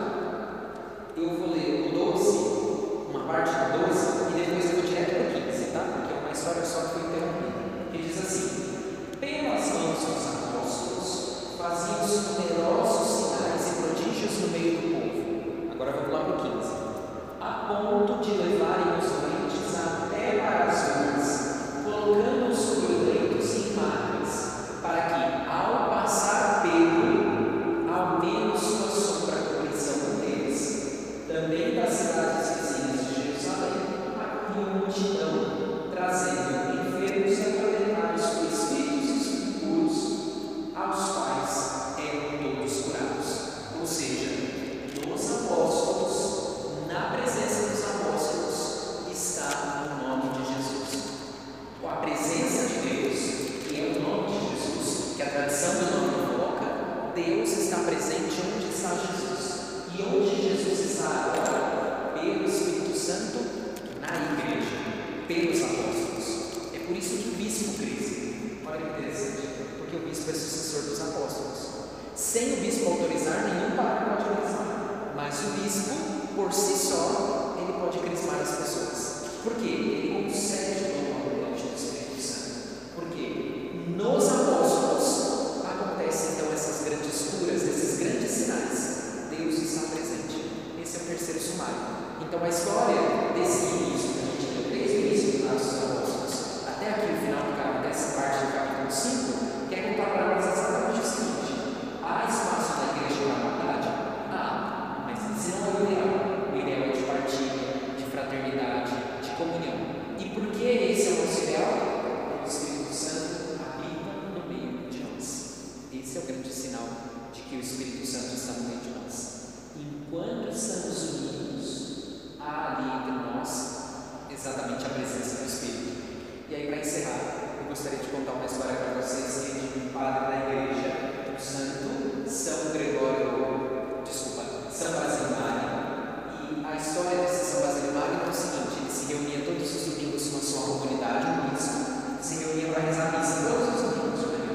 Eu vou ler o doze, uma parte do doze, e depois eu vou direto para o quinze, tá? Porque é uma história só que foi interrompida. Que diz assim: pelas mãos dos apóstolos faziam numerosos sinais e prodígios no meio do povo. Agora vamos lá para o quinze. A ponto de levarem os doentes até para as ruas, colocando-os sobre leitos e máquinas, para que, ao passar Pedro, ao menos sua sombra cobrisse algum deles. Também das cidades vizinhas de Jerusalém acolhia multidão, trazendo enfermos e atormentados por espíritos impuros, aos quais eram todos curados. Ou seja, nos apóstolos, na presença dos apóstolos, está o nome de Jesus. Com a presença de Deus, que é o nome de Jesus, que a tradição do nome invoca, Deus está presente onde está Jesus. E onde Jesus está agora? Pelo Espírito Santo, na igreja, pelos apóstolos. É por isso que o bispo cresce. Olha que interessante, porque o bispo é sucessor dos apóstolos. Sem o bispo autorizar, nenhum padre pode crismar. Mas o bispo, por si só, ele pode crismar as pessoas. Por quê? Ele concede o dom abundante do Espírito Santo. Porque nos apóstolos acontecem então essas grandes curas, esses grandes sinais. Deus está presente. Esse é o terceiro sumário. Então a história desse início, que a gente deu desde o início dos Atos dos Apóstolos até aqui o final do capítulo, dessa parte do capítulo cinco, quer contar para nós exatamente o seguinte: há espaço na igreja para a unidade? Há, mas esse não é o ideal. O ideal é de partilha, de fraternidade, de comunhão. E por que esse é o nosso ideal? Porque o Espírito Santo habita no meio de nós. Esse é o grande sinal de que o Espírito Santo está no meio de nós. Enquanto estamos unidos, há ali entre nós exatamente a presença do Espírito. E aí, para encerrar, eu gostaria de contar uma história para vocês que é de um padre da igreja, o Santo São Gregório, desculpa, São Basílio. E a história desse São Basílio é o seguinte: ele se reunia todos os domingos numa sua comunidade, um bispo, se reunia para rezar a missa todos os domingos, né?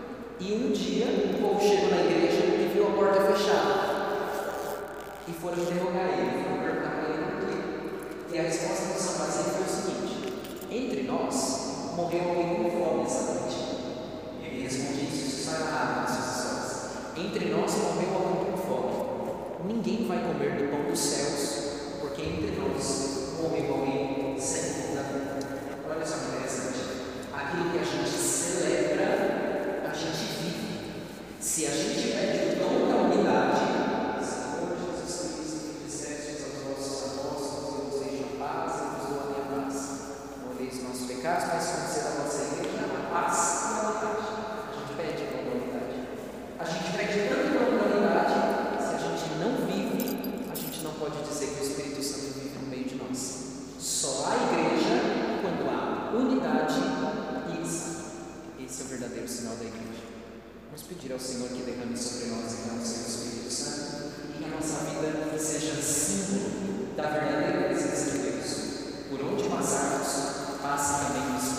E um dia, o povo chegou na igreja e viu a porta fechada. E foram interrogar ele, foram perguntar para ele por quê. E a resposta do São Basílio foi o seguinte: entre nós morreu alguém com fome essa noite. E ele responde isso, isso está errado nas suas histórias. Entre nós morreu alguém com fome. Ninguém vai comer do pão dos céus, porque entre nós morreu alguém sem fome. Olha só que interessante. Aquilo que a gente celebra, a gente vive. Se a gente pede o dom da unidade, Senhor Jesus Cristo, que disseste aos vossos apóstolos: eu vos deixo a paz, eu vos dou a minha paz. Não olheis os nossos pecados, mas conceda a vossa igreja a paz e a unidade. A gente pede o dom da unidade. A gente pede tanto o dom da da verdadeira presença de Deus. Por onde passarmos, passe também o Espírito.